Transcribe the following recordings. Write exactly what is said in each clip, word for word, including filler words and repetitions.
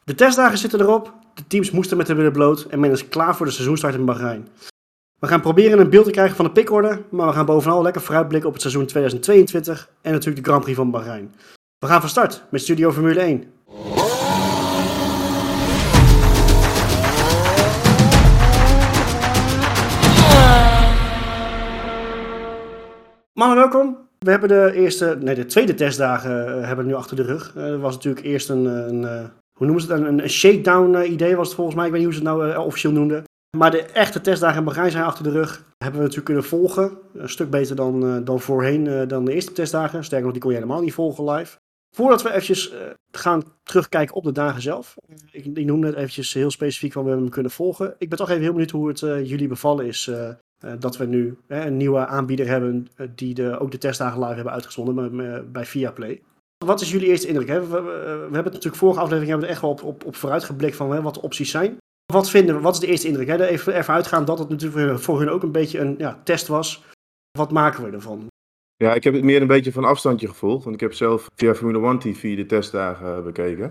De testdagen zitten erop, de teams moesten met de billen bloot en men is klaar voor de seizoenstart in Bahrein. We gaan proberen een beeld te krijgen van de pickorde, maar we gaan bovenal lekker vooruitblikken op het seizoen tweeduizend tweeëntwintig en natuurlijk de Grand Prix van Bahrein. We gaan van start met Studio Formule één. Mannen, welkom. We hebben de eerste, nee, de tweede testdagen uh, hebben we nu achter de rug. Uh, er was natuurlijk eerst een, een uh, hoe noemen ze het, een, een shakedown uh, idee was het volgens mij. Ik weet niet hoe ze het nou uh, officieel noemden. Maar de echte testdagen in Bahrein zijn achter de rug. Hebben we natuurlijk kunnen volgen. Een stuk beter dan, uh, dan voorheen, uh, dan de eerste testdagen. Sterker nog, die kon je helemaal niet volgen live. Voordat we eventjes uh, gaan terugkijken op de dagen zelf. Ik, ik noemde het eventjes heel specifiek van we hebben hem kunnen volgen. Ik ben toch even heel benieuwd hoe het uh, jullie bevallen is. Uh, Uh, dat we nu uh, een nieuwe aanbieder hebben uh, die de, ook de testdagen live hebben uitgezonden uh, bij Viaplay. Wat is jullie eerste indruk? Hè? We, we, we hebben het natuurlijk vorige aflevering hebben we er echt wel op, op, op vooruit geblikt van hè, wat de opties zijn. Wat vinden we? Wat is de eerste indruk? Hè? Even ervan uitgaan dat het natuurlijk voor hun, voor hun ook een beetje een ja, test was. Wat maken we ervan? Ja, ik heb het meer een beetje van afstandje gevolgd. Want ik heb zelf via Formule één T V de testdagen bekeken.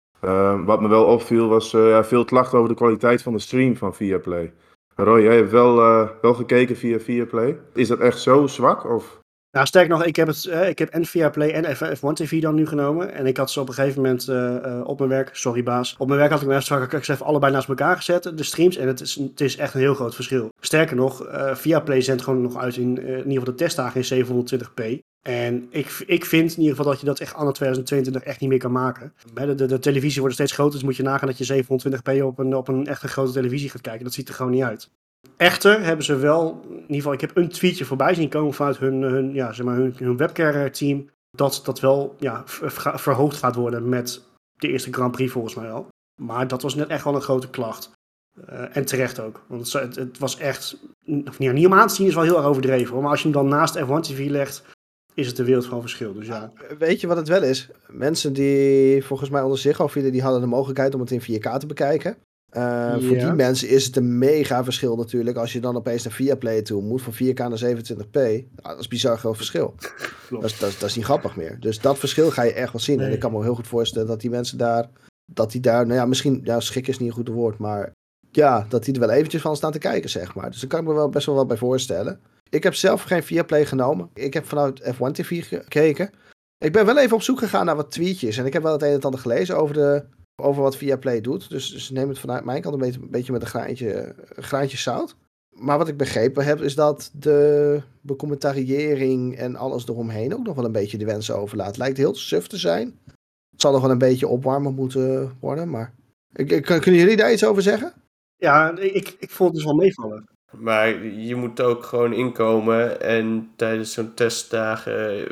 Uh, wat me wel opviel was uh, ja, veel klachten over de kwaliteit van de stream van Viaplay. Roy, jij hebt wel, uh, wel gekeken via Viaplay. Is dat echt zo zwak? Of? Nou, sterk nog, ik heb, het, uh, ik heb en Viaplay en F één T V dan nu genomen. En ik had ze op een gegeven moment uh, uh, op mijn werk, sorry baas, op mijn werk had ik hem even, ik ze even allebei naast elkaar gezet, de streams. En het is, het is echt een heel groot verschil. Sterker nog, uh, Viaplay zendt gewoon nog uit in, uh, in ieder geval de testdagen in zevenhonderdtwintig p. En ik, ik vind in ieder geval dat je dat echt anno tweeduizend tweeëntwintig echt niet meer kan maken. De, de, de televisie wordt steeds groter, dus moet je nagaan dat je zevenhonderdtwintig p op een, op een echte grote televisie gaat kijken. Dat ziet er gewoon niet uit. Echter hebben ze wel, in ieder geval, ik heb een tweetje voorbij zien komen vanuit hun, hun, ja, zeg maar hun, hun webcare-team, dat dat wel ja, ver, verhoogd gaat worden met de eerste Grand Prix volgens mij al. Maar dat was net echt wel een grote klacht. Uh, en terecht ook. Want het, het was echt, of niet, niet om aan te zien is wel heel erg overdreven hoor. Maar als je hem dan naast F één T V legt, is het de wereld van verschil. Dus ja. Weet je wat het wel is? Mensen die volgens mij onder zich al vielen, die hadden de mogelijkheid om het in vier K te bekijken. Uh, ja. Voor die mensen is het een mega verschil natuurlijk. Als je dan opeens naar Viaplay toe moet, van vier K naar zevenentwintig p. Nou, dat is bizar groot verschil. Dat is, dat, is, dat is niet grappig meer. Dus dat verschil ga je echt wel zien. Nee. En ik kan me heel goed voorstellen dat die mensen daar, dat die daar, nou ja, misschien, ja, schrik is niet een goed woord, maar ja, dat die er wel eventjes van staan te kijken, zeg maar. Dus daar kan ik me wel best wel wat bij voorstellen. Ik heb zelf geen Viaplay genomen. Ik heb vanuit F één T V gekeken. Ik ben wel even op zoek gegaan naar wat tweetjes. En ik heb wel het een en het ander gelezen over, de, over wat Viaplay doet. Dus, dus neem het vanuit mijn kant een beetje, een beetje met een graantje, een graantje zout. Maar wat ik begrepen heb is dat de becommentariëring en alles eromheen ook nog wel een beetje de wensen overlaat. Lijkt heel suf te zijn. Het zal nog wel een beetje opwarmen moeten worden. Maar ik, ik, kunnen jullie daar iets over zeggen? Ja, ik, ik vond het dus wel meevallen. Maar je moet ook gewoon inkomen en tijdens zo'n testdagen,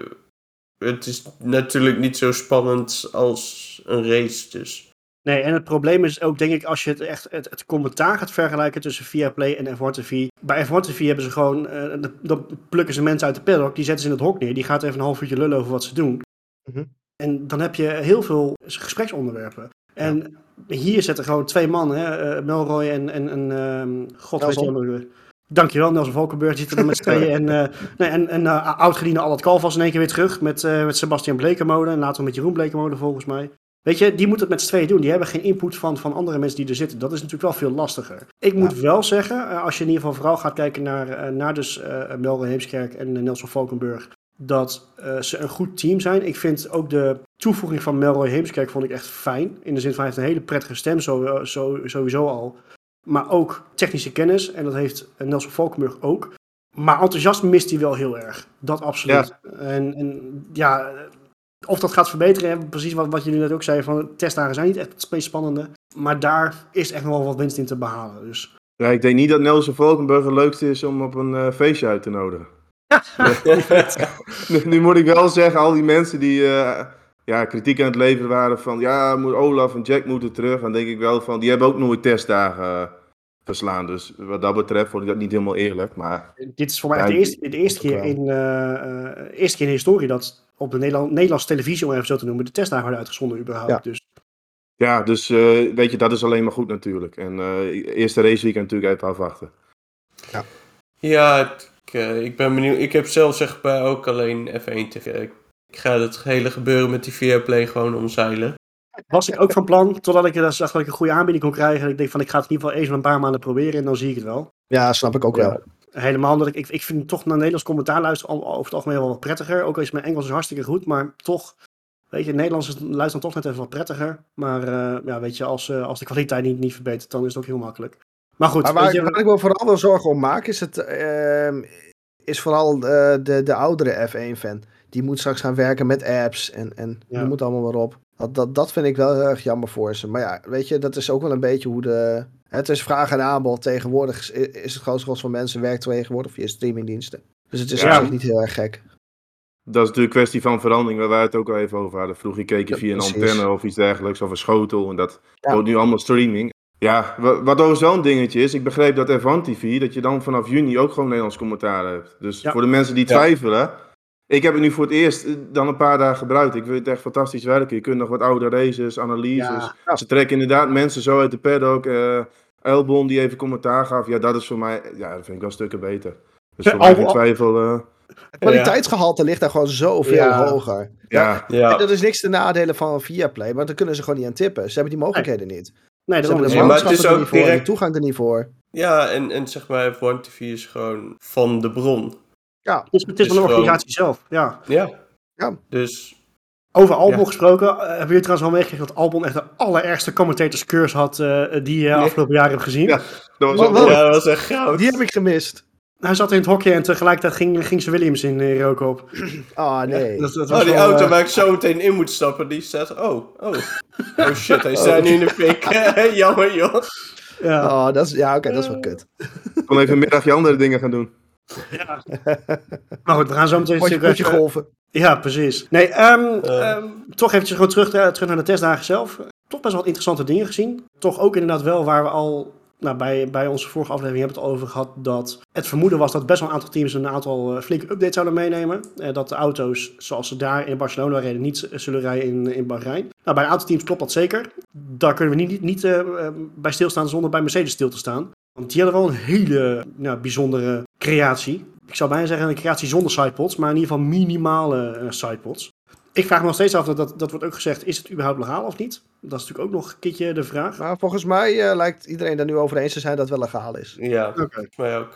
het is natuurlijk niet zo spannend als een race dus. Nee, en het probleem is ook denk ik als je het echt het, het commentaar gaat vergelijken tussen Viaplay en F één T V. Bij F één T V hebben ze gewoon, uh, dan plukken ze mensen uit de paddock, die zetten ze in het hok neer, die gaat even een half uurtje lullen over wat ze doen. Mm-hmm. En dan heb je heel veel gespreksonderwerpen. En ja. Hier zitten gewoon twee mannen, hè, uh, Melroy en, en, en uh, god Nelson. weet je wel. Dankjewel, Nelson Valkenburg zitten er met z'n tweeën. En, uh, nee, en, en uh, oud-gediende Allard Kalf was in één keer weer terug met, uh, met Sebastian Blekemolen. En later met Jeroen Blekemolen volgens mij. Weet je, die moeten het met z'n tweeën doen. Die hebben geen input van, van andere mensen die er zitten. Dat is natuurlijk wel veel lastiger. Ik moet ja. wel zeggen, uh, als je in ieder geval vooral gaat kijken naar, uh, naar dus uh, Melroy Heemskerk en uh, Nelson Valkenburg, dat uh, ze een goed team zijn. Ik vind ook de toevoeging van Melroy Heemskerk vond ik echt fijn. In de zin van hij heeft een hele prettige stem, zo, zo, sowieso al. Maar ook technische kennis. En dat heeft Nelson Valkenburg ook. Maar enthousiasme mist hij wel heel erg. Dat absoluut. Ja. En, en ja, of dat gaat verbeteren. Precies wat, wat jullie net ook zeiden. Van testdagen zijn niet echt het meest spannende. Maar daar is echt nog wel wat winst in te behalen. Dus. Ja, ik denk niet dat Nelson Valkenburg het leukste is om op een uh, feestje uit te nodigen. nu, nu moet ik wel zeggen, al die mensen die uh, ja, kritiek aan het leveren waren van ja, moet Olaf en Jack moeten terug. Dan denk ik wel van, die hebben ook nooit testdagen uh, verslaan. Dus wat dat betreft vond ik dat niet helemaal eerlijk. Maar, dit is voor mij ja, de eerste, de eerste keer in uh, uh, eerste keer in de historie dat op de Nederland, Nederlandse televisie, om even zo te noemen, de testdagen worden uitgezonden überhaupt. Ja. Dus. Ja, dus uh, weet je, dat is alleen maar goed natuurlijk. En uh, eerste raceweekend natuurlijk even afwachten. Ja, ja ik, uh, ik ben benieuwd. Ik heb zelf zeg maar ook alleen F één T V. Ik ga het hele gebeuren met die Viaplay gewoon omzeilen. Was ik ook van plan, totdat ik zag dat ik een goede aanbieding kon krijgen. Ik denk van, ik ga het in ieder geval eens een paar maanden proberen en dan zie ik het wel. Ja, snap ik ook Ja. wel. Helemaal omdat ik, ik, ik vind toch naar Nederlands commentaar luisteren al- over het algemeen wel wat prettiger. Ook al is mijn Engels is hartstikke goed, maar toch, weet je, Nederlands is- luistert dan toch net even wat prettiger. Maar uh, ja, weet je, als, uh, als de kwaliteit niet, niet verbetert, dan is het ook heel makkelijk. Maar goed. Maar waar, weet je, waar ik me vooral wel zorgen om maak, is, het, uh, is vooral uh, de, de oudere F één fan. Die moet straks gaan werken met apps en, en Ja. noem het allemaal maar op. Dat, dat, dat vind ik wel heel erg jammer voor ze. Maar ja, weet je, dat is ook wel een beetje hoe de... Het is vraag en aanbod. Tegenwoordig is het grootste gros van mensen werkt tegenwoordig via streamingdiensten. Dus het is Ja. op zich niet heel erg gek. Dat is natuurlijk een kwestie van verandering, waar wij het ook al even over hadden. Vroeger keek je Ja, via een precies. antenne of iets dergelijks, of een schotel. En dat Ja. wordt nu allemaal streaming. Ja, wa- wat over zo'n dingetje is, ik begreep dat F één T V, dat je dan vanaf juni ook gewoon Nederlands commentaar hebt. Dus Ja. voor de mensen die Ja. twijfelen, ik heb het nu voor het eerst eh, dan een paar dagen gebruikt. Ik vind het echt fantastisch werken. Je kunt nog wat oude races, analyses. Ja. Ze trekken inderdaad mensen zo uit de paddock. Uh, Elbon die even commentaar gaf. Ja, dat is voor mij, ja, dat vind ik wel stukken beter. Dus Ja, voor mij geen Albon- twijfel. uh, Het kwaliteitsgehalte ligt daar gewoon zoveel Ja. hoger. ja. En Ja. dat is niks te nadelen van Viaplay, maar dan kunnen ze gewoon niet aan tippen. Ze hebben die mogelijkheden niet. Ze nee, dat hebben de is Ja, maar het manschappen is er ook niet voor, en de direct- toegang er niet voor. Ja, en, en zeg maar, F één T V is gewoon van de bron. Ja, Het is, het is Dus van de gewoon- organisatie zelf, ja. Ja. Ja. Dus, Over Albon Ja. gesproken, uh, hebben jullie trouwens wel meegekregen dat Albon echt de allerergste commentators curse had uh, die je uh, Nee. afgelopen jaren hebt gezien? Ja. Dat was Wat- ook wat- mooi. ja, dat was echt goud. die heb ik gemist. Hij zat in het hokje en tegelijkertijd ging, ging ze Williams in uh, rook op. Ah, nee. Dat, dat was Oh, die wel, auto uh, waar ik zo meteen in moet stappen, die staat... Oh, oh. Oh shit, hij staat nu in de fik. Jammer, joh. ja. Oh, dat is, ja, oké, dat is wel kut. Ik kon even een middagje andere dingen gaan doen. Maar goed, we gaan zo meteen... Potje, natuurlijk potje even- golven. Ja, precies. Nee, um, Uh. um, toch eventjes gewoon terug, uh, terug naar de testdagen zelf. Toch best wel wat interessante dingen gezien. Toch ook inderdaad wel waar we al... Nou, bij, bij onze vorige aflevering hebben we het al over gehad dat het vermoeden was dat best wel een aantal teams een aantal uh, flinke updates zouden meenemen. Uh, dat de auto's zoals ze daar in Barcelona reden niet uh, zullen rijden in, in Bahrein. Nou, bij een aantal teams klopt dat zeker. Daar kunnen we niet, niet, niet uh, uh, bij stilstaan zonder bij Mercedes stil te staan. Want die hadden wel een hele nou, bijzondere creatie. Ik zou bijna zeggen een creatie zonder sidepods, maar in ieder geval minimale uh, sidepods. Ik vraag me nog steeds af, dat, dat, dat wordt ook gezegd, is het überhaupt legaal of niet? Dat is natuurlijk ook nog een keertje de vraag. Maar volgens mij uh, lijkt iedereen er nu over eens te zijn dat het wel legaal is. Ja, Oké. volgens mij ook.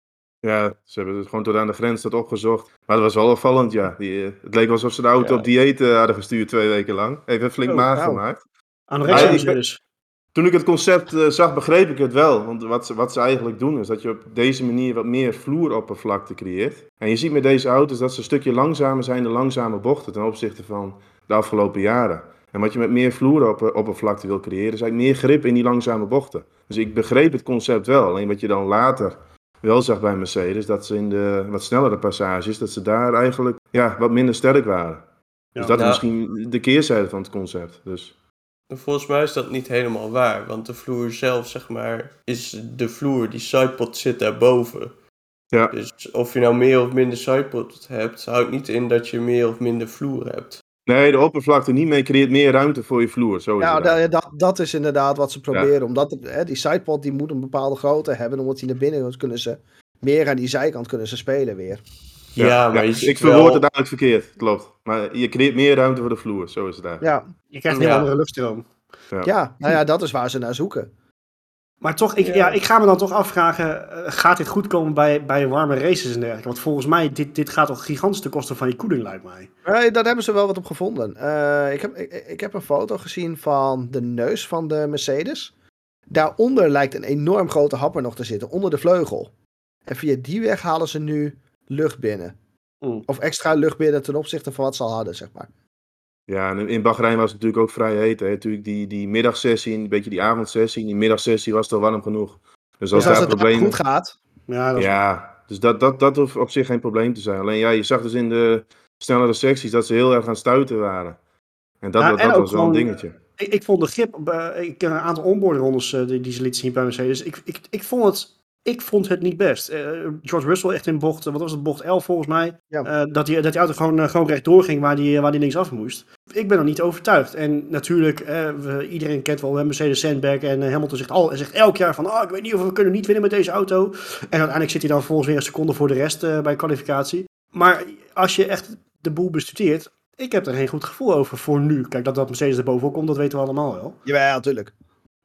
Ja, ze hebben het gewoon tot aan de grens dat opgezocht. Maar dat was wel opvallend, ja. Die, uh, het leek alsof ze de auto Ja. op dieet uh, hadden gestuurd twee weken lang. Even flink Oh, maag nou. gemaakt. Anorexia Ja, is ik ben- dus. Toen ik het concept uh, zag, begreep ik het wel. Want wat ze, wat ze eigenlijk doen, is dat je op deze manier wat meer vloeroppervlakte creëert. En je ziet met deze auto's dat ze een stukje langzamer zijn, de langzame bochten, ten opzichte van de afgelopen jaren. En wat je met meer vloeroppervlakte wil creëren, is eigenlijk meer grip in die langzame bochten. Dus ik begreep het concept wel. Alleen wat je dan later wel zag bij Mercedes, dat ze in de wat snellere passages, dat ze daar eigenlijk ja, wat minder sterk waren. Dus dat is Ja. misschien de keerzijde van het concept. Dus... Volgens mij is dat niet helemaal waar, want de vloer zelf, zeg maar, is de vloer, die sidepod zit daarboven. Ja. Dus of je nou meer of minder sidepod hebt, houdt niet in dat je meer of minder vloer hebt. Nee, de oppervlakte niet mee creëert meer ruimte voor je vloer. Zo is Ja, het da- eigenlijk. dat, dat is inderdaad wat ze proberen. Omdat het, hè, die sidepod die moet een bepaalde grootte hebben. Omdat die naar binnen moet, kunnen ze meer aan die zijkant kunnen ze spelen weer. Ja, maar je ziet ik verwoord wel... het eigenlijk verkeerd, klopt. Maar je creëert meer ruimte voor de vloer, zo is het eigenlijk. Ja, Je krijgt een heel Ja. andere luchtstroom. Ja. ja, nou ja, dat is waar ze naar zoeken. Maar toch, ik, Ja. ja, ik ga me dan toch afvragen, uh, gaat dit goed komen bij, bij warme races en dergelijke? Want volgens mij, dit, dit gaat toch gigantisch ten koste van je koeling, lijkt mij. Nee, daar hebben ze wel wat op gevonden. Uh, ik, heb, ik, ik heb een foto gezien van de neus van de Mercedes. Daaronder lijkt een enorm grote happer nog te zitten, onder de vleugel. En via die weg halen ze nu lucht binnen. Mm. Of extra lucht binnen ten opzichte van wat ze al hadden, zeg maar. Ja, en in Bahrein was het natuurlijk ook vrij heet. Hè. Natuurlijk die, die middagsessie, een beetje die avondsessie. Die middagsessie was het al warm genoeg. Dus als Dus als daar het problemen... goed gaat, Ja, dat is Ja, dus dat, dat, dat hoeft op zich geen probleem te zijn. Alleen ja, je zag dus in de snellere secties dat ze heel erg aan stuiten waren. En dat, Ja, dat, en dat ook was wel een gewoon- dingetje. Ik, ik vond de grip, uh, ik ken een aantal onboardrondes uh, die, die ze lieten zien bij Mercedes. Ik, ik, ik, vond het, ik vond het niet best. Uh, George Russell echt in bocht, uh, wat was het, bocht elf volgens mij. Ja. Uh, dat, die, dat die auto gewoon, uh, gewoon rechtdoor ging waar die, waar die linksaf moest. Ik ben er niet overtuigd. En natuurlijk, uh, we, iedereen kent wel uh, Mercedes Sandberg en uh, Hamilton zegt, al, zegt elk jaar van, oh, ik weet niet of we kunnen niet winnen met deze auto. En uiteindelijk zit hij dan volgens weer een seconde voor de rest uh, bij kwalificatie. Maar als je echt de boel bestudeert, ik heb er geen goed gevoel over voor nu. Kijk, dat dat Mercedes er bovenop komt, dat weten we allemaal wel. Ja, natuurlijk.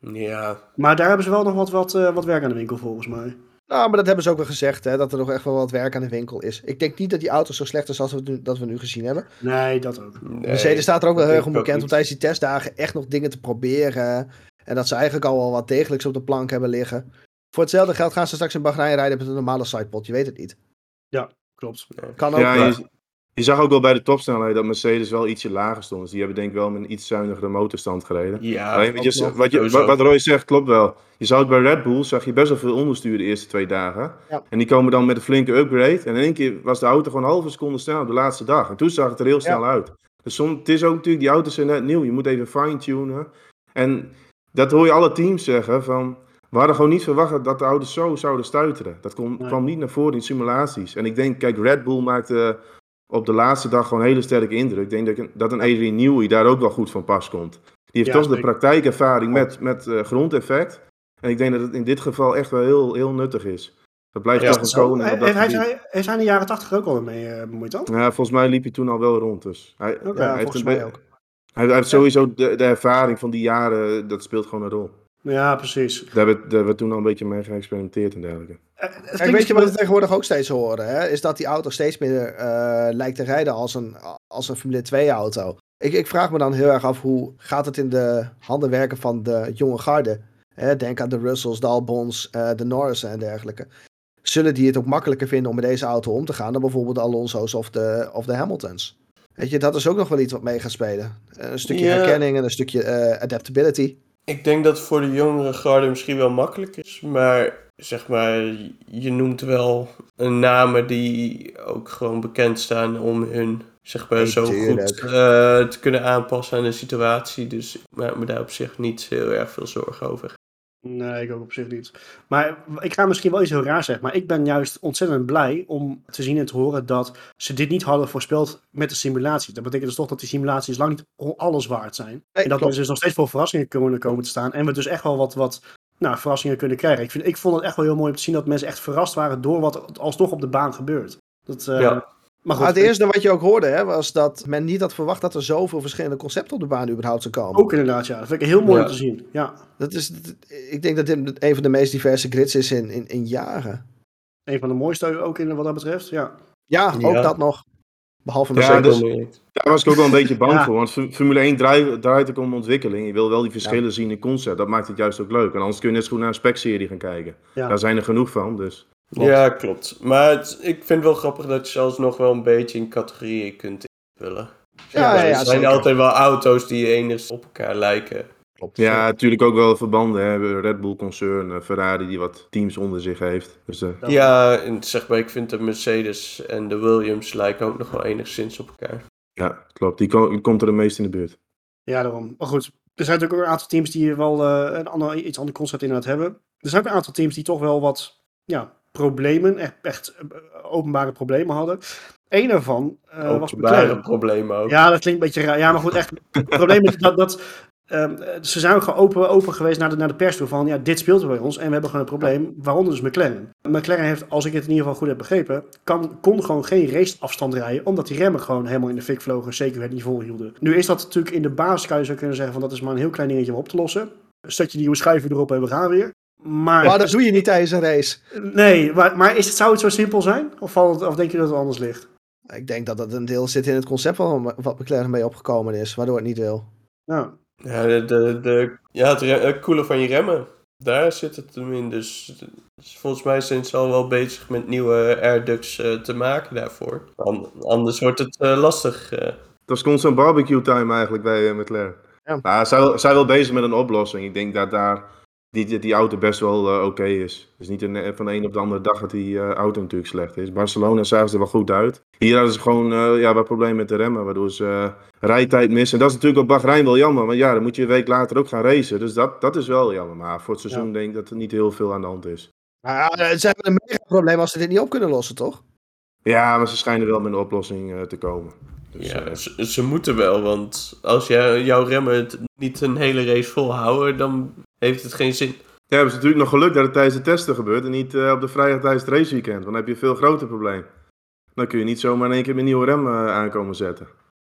Ja. Maar daar hebben ze wel nog wat, wat, uh, wat werk aan de winkel volgens mij. Nou, maar dat hebben ze ook wel gezegd, hè, dat er nog echt wel wat werk aan de winkel is. Ik denk niet dat die auto zo slecht is als we nu, dat we nu gezien hebben. Nee, dat ook. Nee, Mercedes staat er ook wel heel erg om bekend niet. om tijdens die testdagen echt nog dingen te proberen. En dat ze eigenlijk al wel wat degelijks op de plank hebben liggen. Voor hetzelfde geld gaan ze straks in Bahrein rijden met een normale sidepod. Je weet het niet. Ja, klopt. Kan ook Ja, wel. je, je zag ook wel bij de topsnelheid dat Mercedes wel ietsje lager stond. Dus die hebben denk ik wel met een iets zuinigere motorstand gereden. Ja, Alleen, weet je, ook nog. wat, je, Sowieso. wat, wat Roy zegt klopt wel. Je zag ook bij Red Bull, zag je best wel veel onderstuur de eerste twee dagen. Ja. En die komen dan met een flinke upgrade. En in één keer was de auto gewoon een halve seconde sneller op de laatste dag. En toen zag het er heel snel Ja. uit. Dus soms, het is ook natuurlijk, die auto's zijn net nieuw. Je moet even fine-tunen. En dat hoor je alle teams zeggen van... We hadden gewoon niet verwacht dat de auto's zo zouden stuiteren. Dat kwam, Nee. kwam niet naar voren in simulaties. En ik denk, kijk, Red Bull maakte op de laatste dag gewoon een hele sterke indruk. Ik denk dat, ik- dat een Adrian Newey daar ook wel goed van pas komt. Die heeft Ja, toch de zeker. praktijkervaring met, met uh, grondeffect. En ik denk dat het in dit geval echt wel heel, heel nuttig is. Dat blijft Ja, toch een Zo, koning op heeft dat hij, gebied. hij, heeft hij in de jaren tachtig ook al mee uh, bemoeid dan? Ja, volgens mij liep hij toen al wel rond. Dus hij, Oké, hij, Ja, heeft volgens een mij be- ook. hij, hij heeft sowieso de, de ervaring van die jaren, dat speelt gewoon een rol. Ja, precies. Daar hebben we, daar hebben we toen al een beetje mee geëxperimenteerd en dergelijke. Uh, het Kijk, klinkt weet je wat we misschien- tegenwoordig ook steeds horen? Hè? Is dat die auto steeds meer eh, lijkt te rijden als een, als een Formule twee auto. Ik, ik vraag me dan heel erg af hoe gaat het in de handen werken van de jonge garde. Hè? Denk aan de Russells, de Albons, uh, de Norrissen en dergelijke. Zullen die het ook makkelijker vinden om met deze auto om te gaan dan bijvoorbeeld de Alonso's of de, of de Hamiltons? Weet je, dat is ook nog wel iets wat mee gaat spelen. Een stukje Ja. herkenning en een stukje uh, adaptability. Ik denk dat het voor de jongere garde misschien wel makkelijk is. Maar zeg maar, je noemt wel een namen die ook gewoon bekend staan om hun zeg maar, Nee, zo tuurlijk. goed uh, te kunnen aanpassen aan de situatie. Dus ik maak me daar op zich niet heel erg veel zorgen over. Nee, ik ook op zich niet. Maar ik ga misschien wel iets heel raar zeggen. Maar ik ben juist ontzettend blij om te zien en te horen dat ze dit niet hadden voorspeld met de simulatie. Dat betekent dus toch dat die simulaties lang niet alles waard zijn. Nee, en dat klopt. er dus nog steeds veel verrassingen kunnen komen te staan. En we dus echt wel wat, wat nou, verrassingen kunnen krijgen. Ik, vind, ik vond het echt wel heel mooi om te zien dat mensen echt verrast waren door wat er alsnog op de baan gebeurt. Dat, uh, Ja. Maar goed, Maar het eerste wat je ook hoorde, hè, was dat men niet had verwacht dat er zoveel verschillende concepten op de baan überhaupt zou komen. ook inderdaad, ja. Dat vind ik heel mooi Ja. om te zien. Ja. Dat is, ik denk dat dit een van de meest diverse grids is in, in, in jaren. Een van de mooiste ook in wat dat betreft, ja. Ja, ook Ja. dat nog. Behalve Ja, Mercedes. dus- Daar was ik ook wel een beetje bang Ja. voor. Want F- Formule één draait, draait ook om ontwikkeling. Je wil wel die verschillen zien in concept. Dat maakt het juist ook leuk. En anders kun je net zo goed naar een spec-serie gaan kijken. Ja. Daar zijn er genoeg van. Dus. Ja, klopt. Maar het- ik vind het wel grappig dat je zelfs nog wel een beetje in categorieën kunt invullen. Ja, ja, er ja, zijn zeker. altijd wel auto's die enigszins op elkaar lijken. Klopt. Ja, natuurlijk ook wel verbanden. Hè. Red Bull concern, eh, Ferrari die wat teams onder zich heeft. Dus, eh, Ja. Ja, en zeg maar, ik vind de Mercedes en de Williams lijken ook nog wel enigszins op elkaar. ja, klopt. Die, ko- die komt er het meest in de buurt. Ja, daarom. Maar goed, er zijn natuurlijk ook een aantal teams die wel uh, een ander, iets ander concept inderdaad hebben. Er zijn ook een aantal teams die toch wel wat ja, problemen, echt, echt uh, openbare problemen hadden. Eén daarvan uh, Ook was zware McLaren. problemen ook. Ja, dat klinkt een beetje raar. Ja, maar goed, echt. Het probleem is dat... dat um, ze zijn ook gewoon open, open geweest naar de, naar de pers toe van ja, dit speelt er bij ons en we hebben gewoon een probleem, waaronder dus McLaren. McLaren heeft, als ik het in ieder geval goed heb begrepen, kan, kon gewoon geen raceafstand rijden, omdat die remmen gewoon helemaal in de fik vlogen, zeker het niet volhielden. Nu is dat natuurlijk in de basis, kan je zo kunnen zeggen van dat is maar een heel klein dingetje om op te lossen. Zet je die nieuwe schuiven erop en we gaan weer. Maar, Maar dat doe je niet tijdens een race. Nee, maar, maar is het, zou het zo simpel zijn? Of, valt het, of denk je dat het anders ligt? Ik denk dat dat een deel zit in het concept van wat McLaren mee opgekomen is, waardoor het niet wil. Ja. Ja, de, de, de, ja het, re- het koelen van je remmen. Daar zit het hem in. Dus, dus volgens mij zijn ze al wel bezig met nieuwe airducts uh, te maken daarvoor. An- anders wordt het uh, lastig. Uh. Dat is constant barbecue time eigenlijk bij uh, McLaren. Ja. Maar ze zijn, zijn wel bezig met een oplossing. Ik denk dat daar die, die auto best wel uh, oké okay is. Dus niet een, van de een op de andere dag dat die uh, auto natuurlijk slecht is. Barcelona zagen ze er wel goed uit. Hier hadden ze gewoon uh, ja, wat problemen met de remmen, waardoor ze uh, rijtijd missen. En dat is natuurlijk op Bahrein wel jammer. Want ja, dan moet je een week later ook gaan racen. Dus dat, dat is wel jammer. Maar voor het seizoen Ja. denk ik dat er niet heel veel aan de hand is. Maar uh, ze hebben een mega probleem als ze dit niet op kunnen lossen, toch? Ja, maar ze schijnen wel met een oplossing uh, te komen. Dus, Ja, uh, ze, ze moeten wel. Want als jij, jouw remmen het niet een hele race volhouden, dan heeft het geen zin. Ja, hebben ze natuurlijk nog geluk dat het tijdens de testen gebeurt en niet uh, op de vrijdag tijdens het raceweekend. Want dan heb je een veel groter probleem. Dan kun je niet zomaar in één keer met een nieuwe rem uh, aankomen zetten.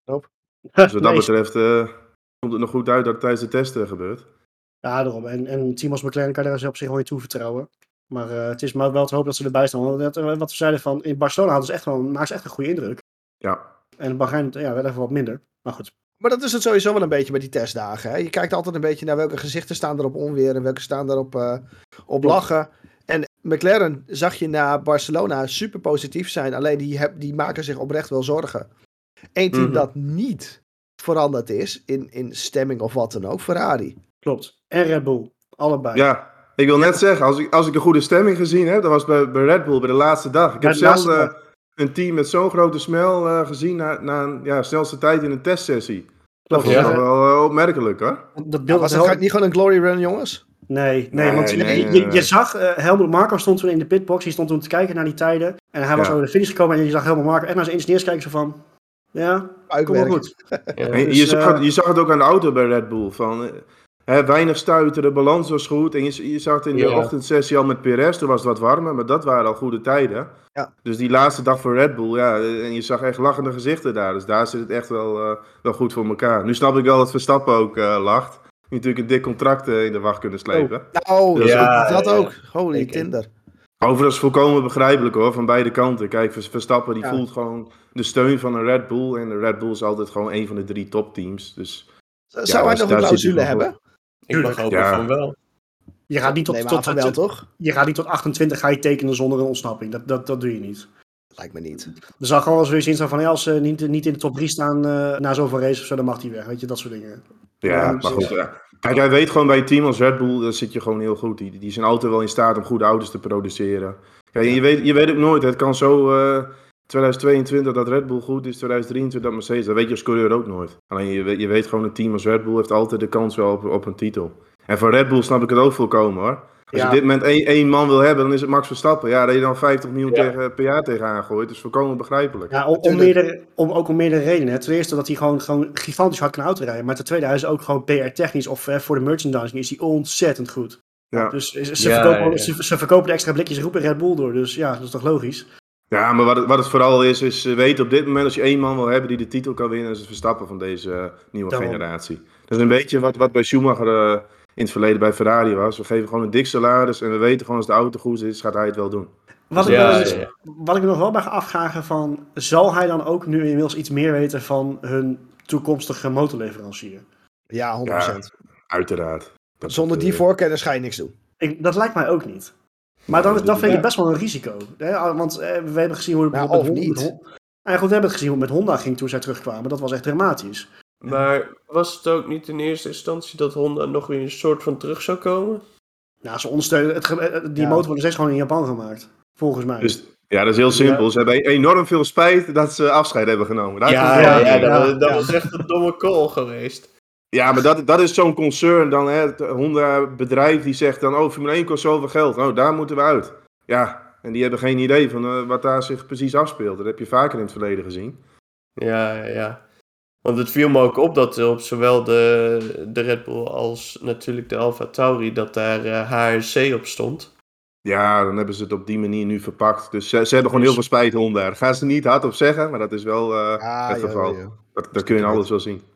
Nope. Dus wat dat Nee. betreft uh, komt het nog goed uit dat het tijdens de testen gebeurt. Ja, daarom. En, en een team als McLaren kan daar op zich wel in toevertrouwen. Maar uh, het is maar wel te hopen dat ze erbij staan. Want dat, wat we zeiden van, in Barcelona hadden ze echt wel, maken ze echt een goede indruk. Ja. En in Bahrein, ja, wel even wat minder. Maar goed. Maar dat is het sowieso wel een beetje bij die testdagen. Hè? Je kijkt altijd een beetje naar welke gezichten staan er op onweer en welke staan er op, uh, op lachen. En McLaren zag je na Barcelona super positief zijn. Alleen die, heb, die maken zich oprecht wel zorgen. Eén team Mm-hmm. dat niet veranderd is in, in stemming of wat dan ook, Ferrari. Klopt. En Red Bull. Allebei. Ja, ik wil net zeggen, als ik, als ik een goede stemming gezien heb, dat was bij, bij Red Bull bij de laatste dag. Ik Bij heb de laatste zelf uh, dag. een team met zo'n grote smel uh, gezien na, na een ja, snelste tijd in een testsessie. Dat Klopt, vond ik ja. nog wel uh, opmerkelijk hoor. Dat beeld Ja, was wel... het niet gewoon een glory run, jongens? Nee, nee, Nee, want nee, je, nee, je, nee. je zag, uh, Helmut Marko stond toen in de pitbox, die stond toen te kijken naar die tijden. En hij was Ja. over de finish gekomen en je zag Helmut Marko echt naar zijn engineers kijken zo van, ja, kom wel Uitwerk. goed. Ja. En Dus, je, zag uh, het, je zag het ook aan de auto bij Red Bull. Van, uh, hè, weinig stuiten, de balans was goed. En je, je zag het in de Ja. ochtendsessie al met Perez, toen was het wat warmer, maar dat waren al goede tijden. Ja. Dus die laatste dag voor Red Bull, ja, en je zag echt lachende gezichten daar. Dus daar zit het echt wel, uh, wel goed voor elkaar. Nu snap ik wel dat Verstappen ook uh, lacht. Die natuurlijk een dik contract uh, in de wacht kunnen slepen. Nou, Dus ja, ook- dat ja, ja. ook. Holy Zeker. Tinder. Overigens volkomen begrijpelijk hoor, van beide kanten. Kijk, Verstappen die Ja. voelt gewoon de steun van een Red Bull. En de Red Bull is altijd gewoon een van de drie topteams. Dus Zou Ja, hij daar- nog een daar zit clausule hij wel hebben? Ik mag hopen Ja. van wel. Je gaat niet tot, Nee, maar tot, van tot, wel, toch? je gaat niet tot achtentwintig ga je tekenen zonder een ontsnapping. Dat, dat, dat doe je niet. Lijkt me niet. Er zal gewoon wel zoiets in staan van, ja, als ze niet, niet in de top drie staan uh, na zoveel races of zo, dan mag hij weg. Weet je, dat soort dingen. ja, Ja, maar precies. goed. Ja. Kijk, hij weet gewoon bij een team als Red Bull, daar zit je gewoon heel goed. Die, die zijn altijd wel in staat om goede auto's te produceren. Kijk, en je, weet, je weet ook nooit, het kan zo uh, tweeduizend tweeëntwintig dat Red Bull goed is, tweeduizend drieëntwintig dat Mercedes. Dat weet je als coureur ook nooit. Alleen je weet, je weet gewoon, een team als Red Bull heeft altijd de kans wel op, op een titel. En voor Red Bull snap ik het ook volkomen hoor. Als Ja. je dit moment één, één man wil hebben, dan is het Max Verstappen. Ja, dat je dan vijftig miljoen Ja. tegen, per jaar tegenaan gooit, is volkomen begrijpelijk. Ja, om, om Natuurlijk. meerdere, om, ook om meerdere redenen. Hè. Ten eerste dat hij gewoon, gewoon gigantisch hard kan autorijden. Maar ten tweede, hij is ook gewoon P R-technisch of eh, voor de merchandising is hij ontzettend goed. Ja. Dus ze, ze, Ja, verkopen, ja, ja. Ze, ze verkopen de extra blikjes roepen Red Bull door. Dus ja, dat is toch logisch? Ja, maar wat het, wat het vooral is, is uh, weten op dit moment, als je één man wil hebben die de titel kan winnen, is het Verstappen van deze uh, nieuwe Daarom. generatie. Dat is een beetje wat, wat bij Schumacher uh, in het verleden bij Ferrari was. We geven gewoon een dik salaris en we weten gewoon als de auto goed is, gaat hij het wel doen. Wat, ik Ja, wel eens- ja, ja. wat ik me nog wel bij ga afvragen van, zal hij dan ook nu inmiddels iets meer weten van hun toekomstige motorleverancier? Ja, honderd procent. Uiteraard. Dat Zonder het, die uh, voorkennis ga je niks doen. Ik, dat lijkt mij ook niet. Maar dan, Ja, dan vind ik ja. het best wel een risico. Hè? Want eh, we hebben gezien hoe het Maar bijvoorbeeld of met Hon- niet. met Hon- Nou ja, goed, we hebben het gezien hoe het met Honda ging toen zij terugkwamen. Dat was echt dramatisch. Maar was het ook niet in eerste instantie dat Honda nog weer een soort van terug zou komen? Nou, ze ondersteunen. Het, ge- eh, die Ja. motor wordt nog steeds gewoon in Japan gemaakt. Volgens mij. Dus, ja, dat is heel simpel. Ze hebben enorm veel spijt dat ze afscheid hebben genomen. Daar komt Ja, het ja, op ja, neer. dat, ja, was, dat ja. was echt een domme call geweest. Ja, maar dat, dat is zo'n concern dan, hè, het Honda bedrijf die zegt dan, oh, Formule één kost zoveel geld, oh, daar moeten we uit. Ja, en die hebben geen idee van uh, wat daar zich precies afspeelt. Dat heb je vaker in het verleden gezien. Ja, ja, ja. Want het viel me ook op dat op zowel de, de Red Bull als natuurlijk de Alfa Tauri, dat daar uh, H R C op stond. Ja, dan hebben ze het op die manier nu verpakt. Dus ze, ze hebben gewoon heel veel spijt, Honda. Daar gaan ze niet hard op zeggen, maar dat is wel uh, Ah, het joh, geval. joh, joh. Dat, dat kun je in alles wel zien.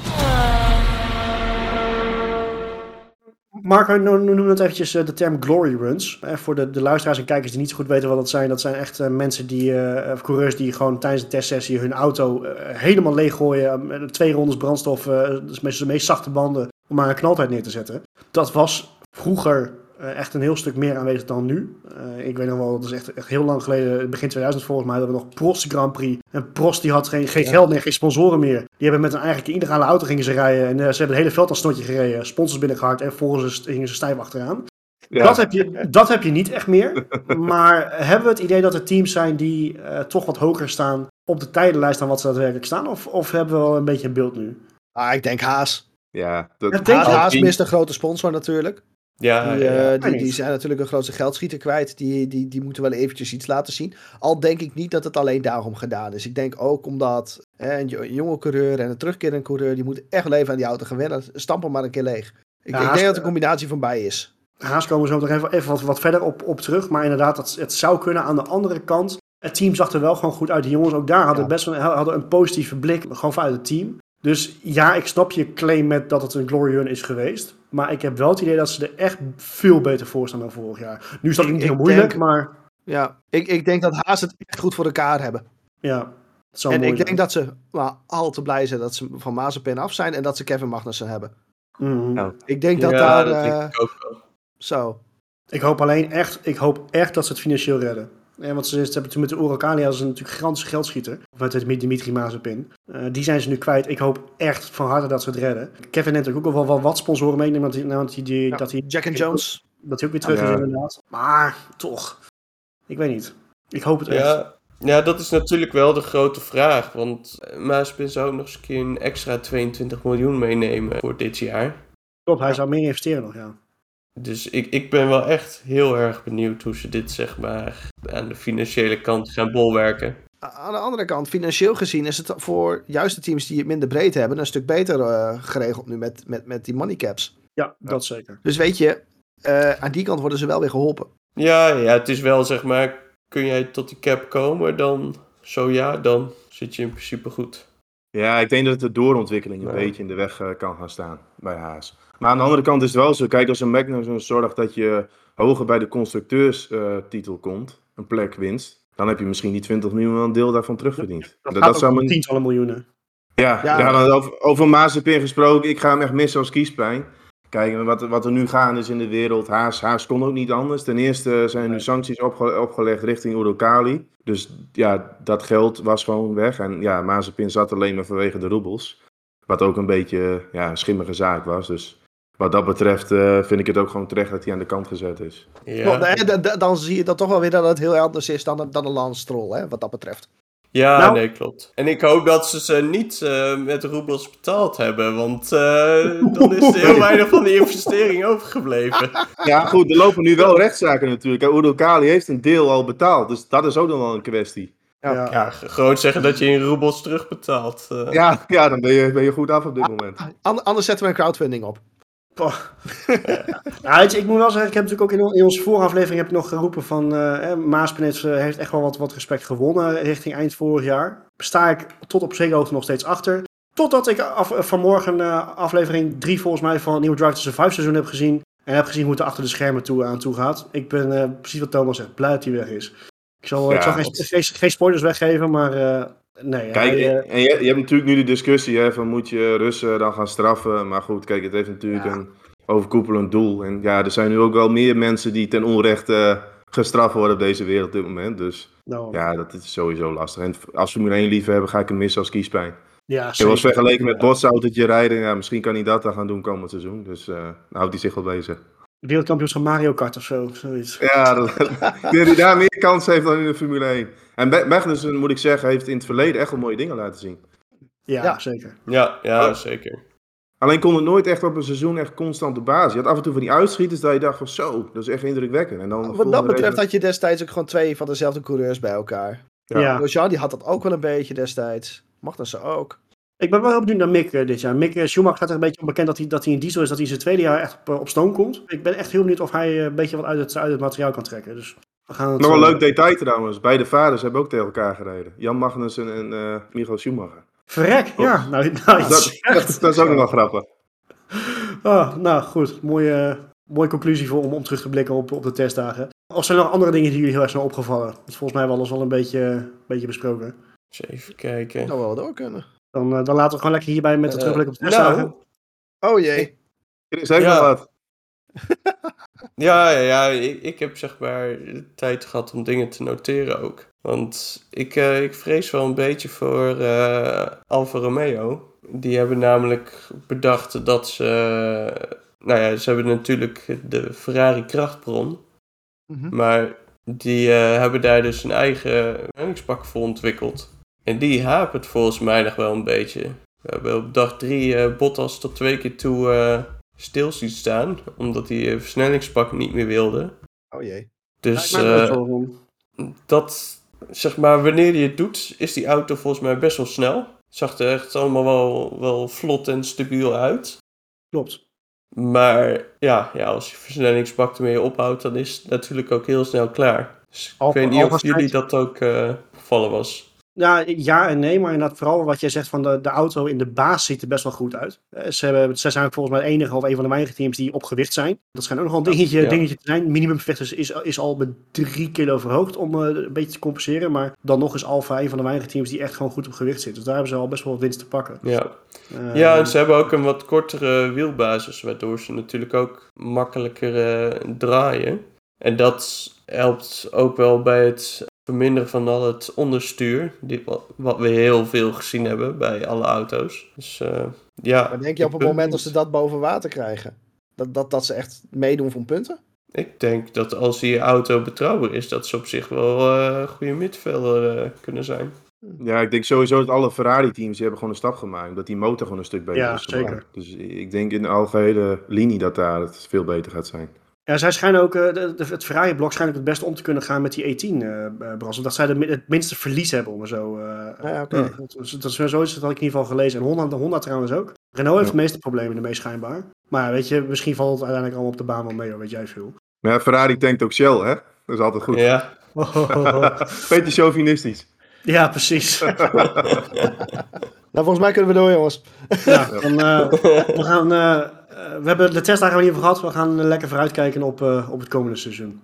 Marco, no- no- noem het eventjes uh, de term glory runs. Eh, voor de, de luisteraars en kijkers die niet zo goed weten wat dat zijn. Dat zijn echt uh, mensen die, uh, of coureurs die gewoon tijdens een testsessie hun auto uh, helemaal leeggooien. Met twee rondes brandstof, uh, dat is meestal de meest zachte banden, om maar een knaltijd neer te zetten. Dat was vroeger uh, echt een heel stuk meer aanwezig dan nu. Uh, ik weet nog wel, dat is echt, echt heel lang geleden, begin tweeduizend volgens mij, hadden we nog Prost Grand Prix. En Prost die had geen, geen Ja. geld meer, geen sponsoren meer. Die hebben met een eigen illegale auto gingen ze rijden. En uh, ze hebben het hele veld als snotje gereden. Sponsors binnengehaald en volgens ze gingen ze stijf achteraan. Ja. Dat, heb je, dat heb je niet echt meer. Maar hebben we het idee dat er teams zijn die uh, toch wat hoger staan op de tijdenlijst dan wat ze daadwerkelijk staan? Of, of hebben we wel een beetje een beeld nu? Ah, ik denk Haas. Ja, dat, Ja, denk Haas, je? Haas mist een grote sponsor natuurlijk. Ja, Die, ja, eh, ja. die, niet. die zijn natuurlijk een grootste geldschieter kwijt. Die, die, die moeten wel eventjes iets laten zien. Al denk ik niet dat het alleen daarom gedaan is. Ik denk ook omdat hè, een jo- een jonge coureur en een terugkerende coureur... die moet echt wel even aan die auto gaan wennen. Stamp hem maar een keer leeg. Ik, Ja, ik Haas- denk dat het een combinatie van bij is. Haas komen we zo nog even, even wat, wat verder op, op terug. Maar inderdaad, dat, het zou kunnen. Aan de andere kant Het team zag er wel gewoon goed uit. Die jongens ook daar hadden Ja. best wel hadden een positieve blik, gewoon vanuit het team. Dus ja, ik snap je claim met dat het een glory run is geweest. Maar ik heb wel het idee dat ze er echt veel beter voor staan dan vorig jaar. Nu is dat Ik- niet ik heel moeilijk, denk- maar Ja, ik, ik denk dat Haas het echt goed voor elkaar hebben. ja, het zal En mooi ik zijn. denk dat ze maar al te blij zijn dat ze van Mazepin af zijn en dat ze Kevin Magnussen hebben. Mhm. Ja. Ik denk dat ja, daar... dat eh, denk ik ook wel. Zo. Ik hoop alleen echt, ik hoop echt dat ze het financieel redden. Ja, want ze, ze hebben toen met de Urakali hadden ze natuurlijk gigantische geldschieter. Of met het Dimitri Mazepin. Uh, die zijn ze nu kwijt. Ik hoop echt van harte dat ze het redden. Kevin neemt ook wel, wel wat sponsoren mee. Want die, nou, die, die, Ja, dat, hij, Jack and Jones. dat hij ook weer terug Ja. is inderdaad. Maar toch. Ik weet niet. Ik hoop het echt. Ja, ja, dat is natuurlijk wel de grote vraag. Want Mazepin zou ook nog eens een keer een extra tweeëntwintig miljoen meenemen voor dit jaar. Klopt, hij zou meer investeren nog, ja. Dus ik, ik ben wel echt heel erg benieuwd hoe ze dit, zeg maar, aan de financiële kant gaan bolwerken. Aan de andere kant, financieel gezien is het voor juist de teams die het minder breed hebben een stuk beter uh, geregeld nu met, met, met die money caps. Ja, dat zeker. Dus weet je, uh, aan die kant worden ze wel weer geholpen. Ja, ja, het is wel, zeg maar, kun jij tot die cap komen, dan zo ja, dan zit je in principe goed. Ja, ik denk dat de doorontwikkeling een Ja. beetje in de weg uh, kan gaan staan bij Haas. Maar aan de andere kant is het wel zo, kijk, als een Magnussen zorgt dat je hoger bij de constructeurstitel uh, komt, een plek winst, dan heb je misschien die twintig miljoen wel een deel daarvan terugverdiend. Dat, dat gaat zou ook men... tientallen miljoenen. Ja, Ja. ja dan over, over Mazepin gesproken, ik ga hem echt missen als kiespijn. Kijk, wat, wat er nu gaande is in de wereld, Haas, Haas kon ook niet anders. Ten eerste zijn er nu sancties opge- opgelegd richting Urakali. Dus ja, dat geld was gewoon weg. En ja, Mazepin zat alleen maar vanwege de roebels. Wat ook een beetje ja, een schimmige zaak was. Dus wat dat betreft uh, vind ik het ook gewoon terecht dat hij aan de kant gezet is. Ja, Nou, d- d- dan zie je dat toch wel weer dat het heel anders is dan, dan een Lance Stroll, hè, wat dat betreft. ja Nou- nee, klopt. En ik hoop dat ze ze niet uh, met roebels betaald hebben, want uh, dan is er heel weinig van die investering overgebleven. Ja goed, er lopen nu wel rechtszaken natuurlijk. Urakali heeft een deel al betaald, dus dat is ook nog wel een kwestie. Ja. Ja. Ja, gewoon zeggen dat je in roebels terugbetaalt. Uh. Ja, ja dan ben je, ben je goed af op dit moment. And- anders zetten we een crowdfunding op. Ja, weet je, ik moet wel zeggen, ik heb natuurlijk ook in, in onze vooraflevering heb ik nog geroepen van uh, Mazepin heeft, uh, heeft echt wel wat, wat respect gewonnen richting eind vorig jaar. Sta ik tot op zekere hoogte nog steeds achter. Totdat ik af, vanmorgen uh, aflevering drie volgens mij van het nieuwe Drive to Survive seizoen heb gezien. En heb gezien hoe het er achter de schermen toe, aan toe gaat. Ik ben uh, precies wat Thomas zegt, blij dat hij weg is. Ik zal, Ja, ik zal geen, geen, geen spoilers weggeven, maar uh, nee. Kijk, hij, uh, en je, je hebt natuurlijk nu de discussie hè, van moet je Russen dan gaan straffen. Maar goed, kijk, het heeft natuurlijk Ja. een overkoepelend doel. En ja, er zijn nu ook wel meer mensen die ten onrechte uh, gestraft worden op deze wereld op dit moment. Dus no. ja, dat is sowieso lastig. En als Formule één liefhebber ga ik hem missen als kiespijn. Ja, Je was zeker. vergeleken met botsautootje rijden. Ja, misschien kan hij dat dan gaan doen komend seizoen. Dus uh, dan houdt hij zich wel bezig. Wereldkampioenschap Mario Kart of zo, zoiets. Ja, dat, die daar meer kans heeft dan in de Formule één. En Magnussen, moet ik zeggen, heeft in het verleden echt wel mooie dingen laten zien. Ja, Ja. zeker. Ja, ja, Oh. zeker. Alleen kon het nooit echt op een seizoen echt constant de basis. Je had af en toe van die uitschieters dat je dacht van zo, dat is echt indrukwekkend. En dan Wat dat volgende betreft race- had je destijds ook gewoon twee van dezelfde coureurs bij elkaar. Ja. Ja. Grosjean die had dat ook wel een beetje destijds. Magnussen ook. Ik ben wel heel benieuwd naar Mick uh, dit jaar. Mick uh, Schumacher staat er een beetje onbekend dat hij, dat hij een diesel is, dat hij zijn tweede jaar echt op, uh, op stoom komt. Ik ben echt heel benieuwd of hij uh, een beetje wat uit het, uit het materiaal kan trekken. Dus we gaan het, Nog een uh, leuk detail trouwens. Beide vaders hebben ook tegen elkaar gereden. Jan Magnussen en uh, Michael Schumacher. Verrek, ja. Nou, nou Dat, dat, dat, dat is ook nog wel grappig. ah, nou goed, mooie, mooie conclusie voor, om, om terug te blikken op, op de testdagen. Of zijn er nog andere dingen die jullie heel erg zijn opgevallen? Dat is volgens mij wel alles wel een beetje, een beetje besproken. Eens even kijken. Nou wel door kunnen. Dan, uh, dan laten we gewoon lekker hierbij met de Uh, terugblik op de testdagen. nou, Oh jee. Chris heeft Ja. nog wat. Ja, ja, ja ik, ik heb zeg maar tijd gehad om dingen te noteren ook. Want ik, uh, ik vrees wel een beetje voor uh, Alfa Romeo. Die hebben namelijk bedacht dat ze... Nou ja, ze hebben natuurlijk de Ferrari krachtbron. Mhm. Maar die uh, hebben daar dus een eigen versnellingsbak voor ontwikkeld. En die hapert volgens mij nog wel een beetje. We hebben op dag drie uh, Bottas tot twee keer toe uh, stil zien staan. Omdat hij uh, versnellingspak niet meer wilde. Oh jee. Dus Lijkt mij best uh, wel om. dat, zeg maar, wanneer hij het doet, is die auto volgens mij best wel snel. Het zag er echt allemaal wel, wel vlot en stabiel uit. Klopt. Maar ja, ja, als je versnellingsbak ermee ophoudt, dan is het natuurlijk ook heel snel klaar. Dus Al- ik weet niet Alfa of jullie schijnt- dat ook uh, gevallen was. Ja, ja en nee, maar inderdaad vooral wat jij zegt van de, de auto in de baas ziet er best wel goed uit. Eh, Ze, hebben, ze zijn volgens mij het enige of een van de weinige teams die op gewicht zijn. Dat schijnt ook nog wel een dingetje, Ja. dingetje te zijn. Minimumgewicht is, is, is al met drie kilo verhoogd om uh, een beetje te compenseren. Maar dan nog is Alfa een van de weinige teams die echt gewoon goed op gewicht zit. Dus daar hebben ze al best wel wat winst te pakken. Ja. Uh, ja, en ze hebben ook een wat kortere wielbasis, waardoor ze natuurlijk ook makkelijker uh, draaien. En dat helpt ook wel bij het verminderen van al het onderstuur, dit, wat we heel veel gezien hebben bij alle auto's. Dus uh, ja. Maar denk je op het moment dat ze dat boven water krijgen, dat, dat, dat ze echt meedoen voor punten? Ik denk dat als die auto betrouwbaar is, dat ze op zich wel uh, een goede middenvelder uh, kunnen zijn. Ja, ik denk sowieso dat alle Ferrari-teams die hebben gewoon een stap gemaakt. Dat die motor gewoon een stuk beter Ja, is zeker. geworden. Dus ik denk in de algehele linie dat daar het veel beter gaat zijn. Ja, zij schijnen ook, uh, de, de, het Ferrari-blok schijnt ook het beste om te kunnen gaan met die E tien, uh, Bras. Dat zij de, het minste verlies hebben om zo. Uh, ja, oké. Okay. Dat, dat, dat is zoiets, dat had ik in ieder geval gelezen. En Honda, de Honda trouwens ook. Renault heeft ja. de meeste problemen ermee schijnbaar. Maar weet je, misschien valt het uiteindelijk allemaal op de baan wel mee, hoor, weet jij veel. Maar ja, Ferrari tankt ook Shell, hè? Dat is altijd goed. Ja. Beetje chauvinistisch. Ja, precies. Nou, volgens mij kunnen we door, jongens. Ja, dan, uh, we gaan... Uh, we hebben de testdagen in ieder geval gehad. We gaan uh, lekker vooruitkijken op, uh, op het komende seizoen.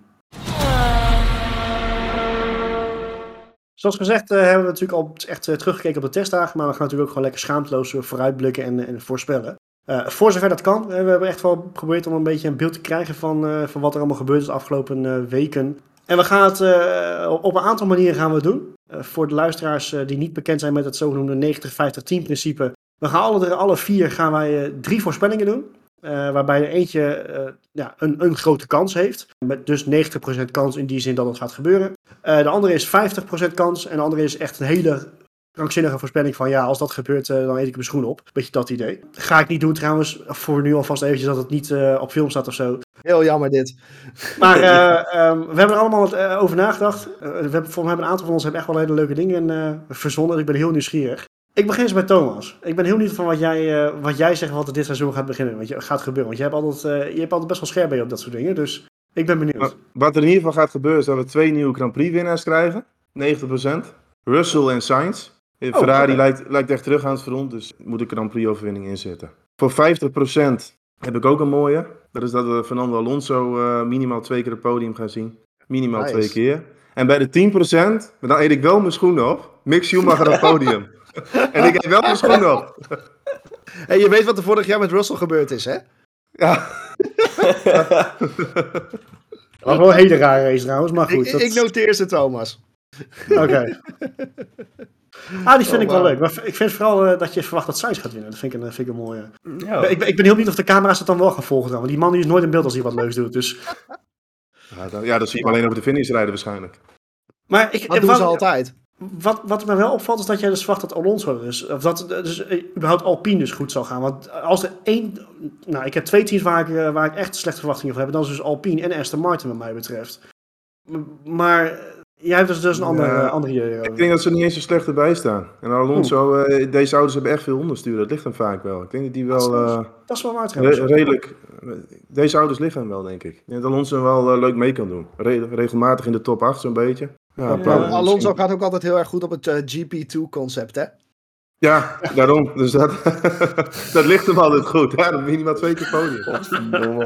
Zoals gezegd uh, hebben we natuurlijk al echt uh, teruggekeken op de testdagen. Maar we gaan natuurlijk ook gewoon lekker schaamteloos vooruitblikken en, en voorspellen. Uh, voor zover dat kan. Uh, we hebben echt wel geprobeerd om een beetje een beeld te krijgen van, uh, van wat er allemaal gebeurd is de afgelopen uh, weken. En we gaan het uh, op een aantal manieren gaan we het doen. Uh, voor de luisteraars uh, die niet bekend zijn met het zogenoemde negentig vijftig tien principe. We gaan alle, alle vier gaan wij uh, drie voorspellingen doen. Uh, waarbij er eentje uh, ja, een, een grote kans heeft. Met dus negentig procent kans in die zin dat het gaat gebeuren. Uh, de andere is vijftig procent kans. En de andere is echt een hele krankzinnige voorspelling van ja, als dat gebeurt, uh, dan eet ik mijn schoen op. Beetje dat idee. Ga ik niet doen trouwens. Voor nu alvast eventjes dat het niet uh, op film staat of zo. Heel jammer dit. Maar uh, um, we hebben er allemaal wat, uh, over nagedacht. Uh, we hebben, volgens mij hebben een aantal van ons hebben echt wel hele leuke dingen uh, verzonnen. Ik ben heel nieuwsgierig. Ik begin eens bij Thomas. Ik ben heel benieuwd van wat jij, uh, wat jij zegt wat er dit seizoen gaat beginnen. Wat je, gaat gebeuren. Want je hebt, altijd, uh, je hebt altijd best wel scherp bij je op dat soort dingen. Dus ik ben benieuwd. Maar wat er in ieder geval gaat gebeuren is dat we twee nieuwe Grand Prix winnaars krijgen. negentig procent. Russell en Sainz. Oh, Ferrari okay. lijkt, lijkt echt terug aan het front. Dus moet ik een Grand Prix overwinning inzetten. Voor vijftig procent heb ik ook een mooie. Dat is dat we Fernando Alonso uh, minimaal twee keer het podium gaan zien. Minimaal nice. twee keer. En bij de tien procent, dan eet ik wel mijn schoenen op. Mick Schumacher op het podium. En ik eet wel mijn schoenen op. En je weet wat er vorig jaar met Russell gebeurd is, hè? Ja. Dat was wel een hele rare race trouwens, maar goed. Ik, dat... ik noteer ze, Thomas. Oké. Okay. Ah, die vind oh, ik wel wow. leuk. Maar ik vind vooral uh, dat je verwacht dat Sainz gaat winnen. Dat vind ik een, vind ik een mooie. Ja. Ik, ben, ik ben heel benieuwd of de camera's het dan wel gaan volgen. Dan. Want die man die is nooit in beeld als hij wat leuks doet. Dus... Ja, dan, ja, dat zie je alleen over de finish rijden waarschijnlijk. Maar ik, dat doen wat, ze altijd. Wat, wat me wel opvalt is dat jij dus verwacht dat Alonso dus, of dat dus überhaupt Alpine dus goed zal gaan. Want als er één, nou ik heb twee teams waar ik, waar ik echt slechte verwachtingen van heb. Dan is dus Alpine en Aston Martin wat mij betreft. Maar jij hebt dus, dus een andere, ja, andere idee. Ik denk dat ze niet eens zo slecht erbij staan. En Alonso, uh, deze auto's hebben echt veel onderstuur. Dat ligt hem vaak wel. Ik denk dat die wel... Dat is, uh, dat is wel waar trouwens. Re- redelijk... Deze auto's liggen hem wel, denk ik. Ik denk dat Alonso wel uh, leuk mee kan doen. Re- regelmatig in de top acht, zo'n beetje. Ja, ja, Alonso misschien. Gaat ook altijd heel erg goed op het uh, G P twee concept, hè? Ja, daarom. Dus dat, dat ligt hem altijd goed. Ja, dat minimaal twee keer podium.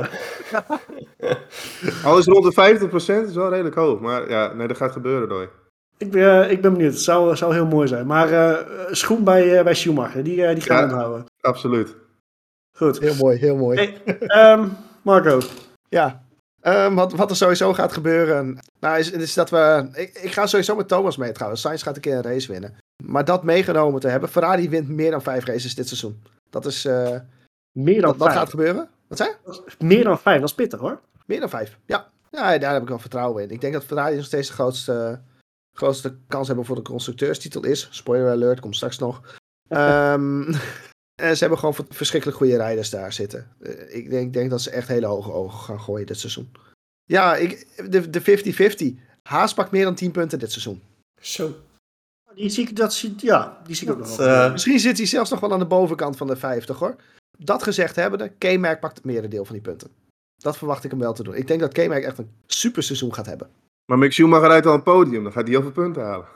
Alles rond de vijftig procent is wel redelijk hoog. Maar ja, nee, dat gaat gebeuren, Roy. Ik ben, uh, ik ben benieuwd. Het zou, zou heel mooi zijn. Maar uh, schoen bij, uh, bij Schumacher, die, uh, die gaan we ja, onthouden. Absoluut. Goed. Heel mooi, heel mooi. Hey, um, Marco. Ja. Um, wat, wat er sowieso gaat gebeuren, nou is, is dat we... Ik, ik ga sowieso met Thomas mee trouwens. Sainz gaat een keer een race winnen. Maar dat meegenomen te hebben, Ferrari wint meer dan vijf races dit seizoen. Dat is... Uh, meer dan dat, vijf? Dat gaat gebeuren. Wat zei je? Meer dan vijf, dat is pittig hoor. Meer dan vijf, ja. Ja, daar heb ik wel vertrouwen in. Ik denk dat Ferrari nog steeds de grootste, grootste kans hebben voor de constructeurstitel is. Spoiler alert, komt straks nog. Um, en ze hebben gewoon verschrikkelijk goede rijders daar zitten. Uh, ik denk, denk dat ze echt hele hoge ogen gaan gooien dit seizoen. Ja, ik, de, de vijftig vijftig. Haas pakt meer dan tien punten dit seizoen. Zo. Die zie ik, dat zie, ja, die zie ik ook nog wel. Uh, Misschien zit hij zelfs nog wel aan de bovenkant van de vijftig hoor. Dat gezegd hebbende, K-Merk pakt het merendeel van die punten. Dat verwacht ik hem wel te doen. Ik denk dat K-Merk echt een super seizoen gaat hebben. Maar Mick Schumacher rijdt al een podium, dan gaat hij heel veel punten halen.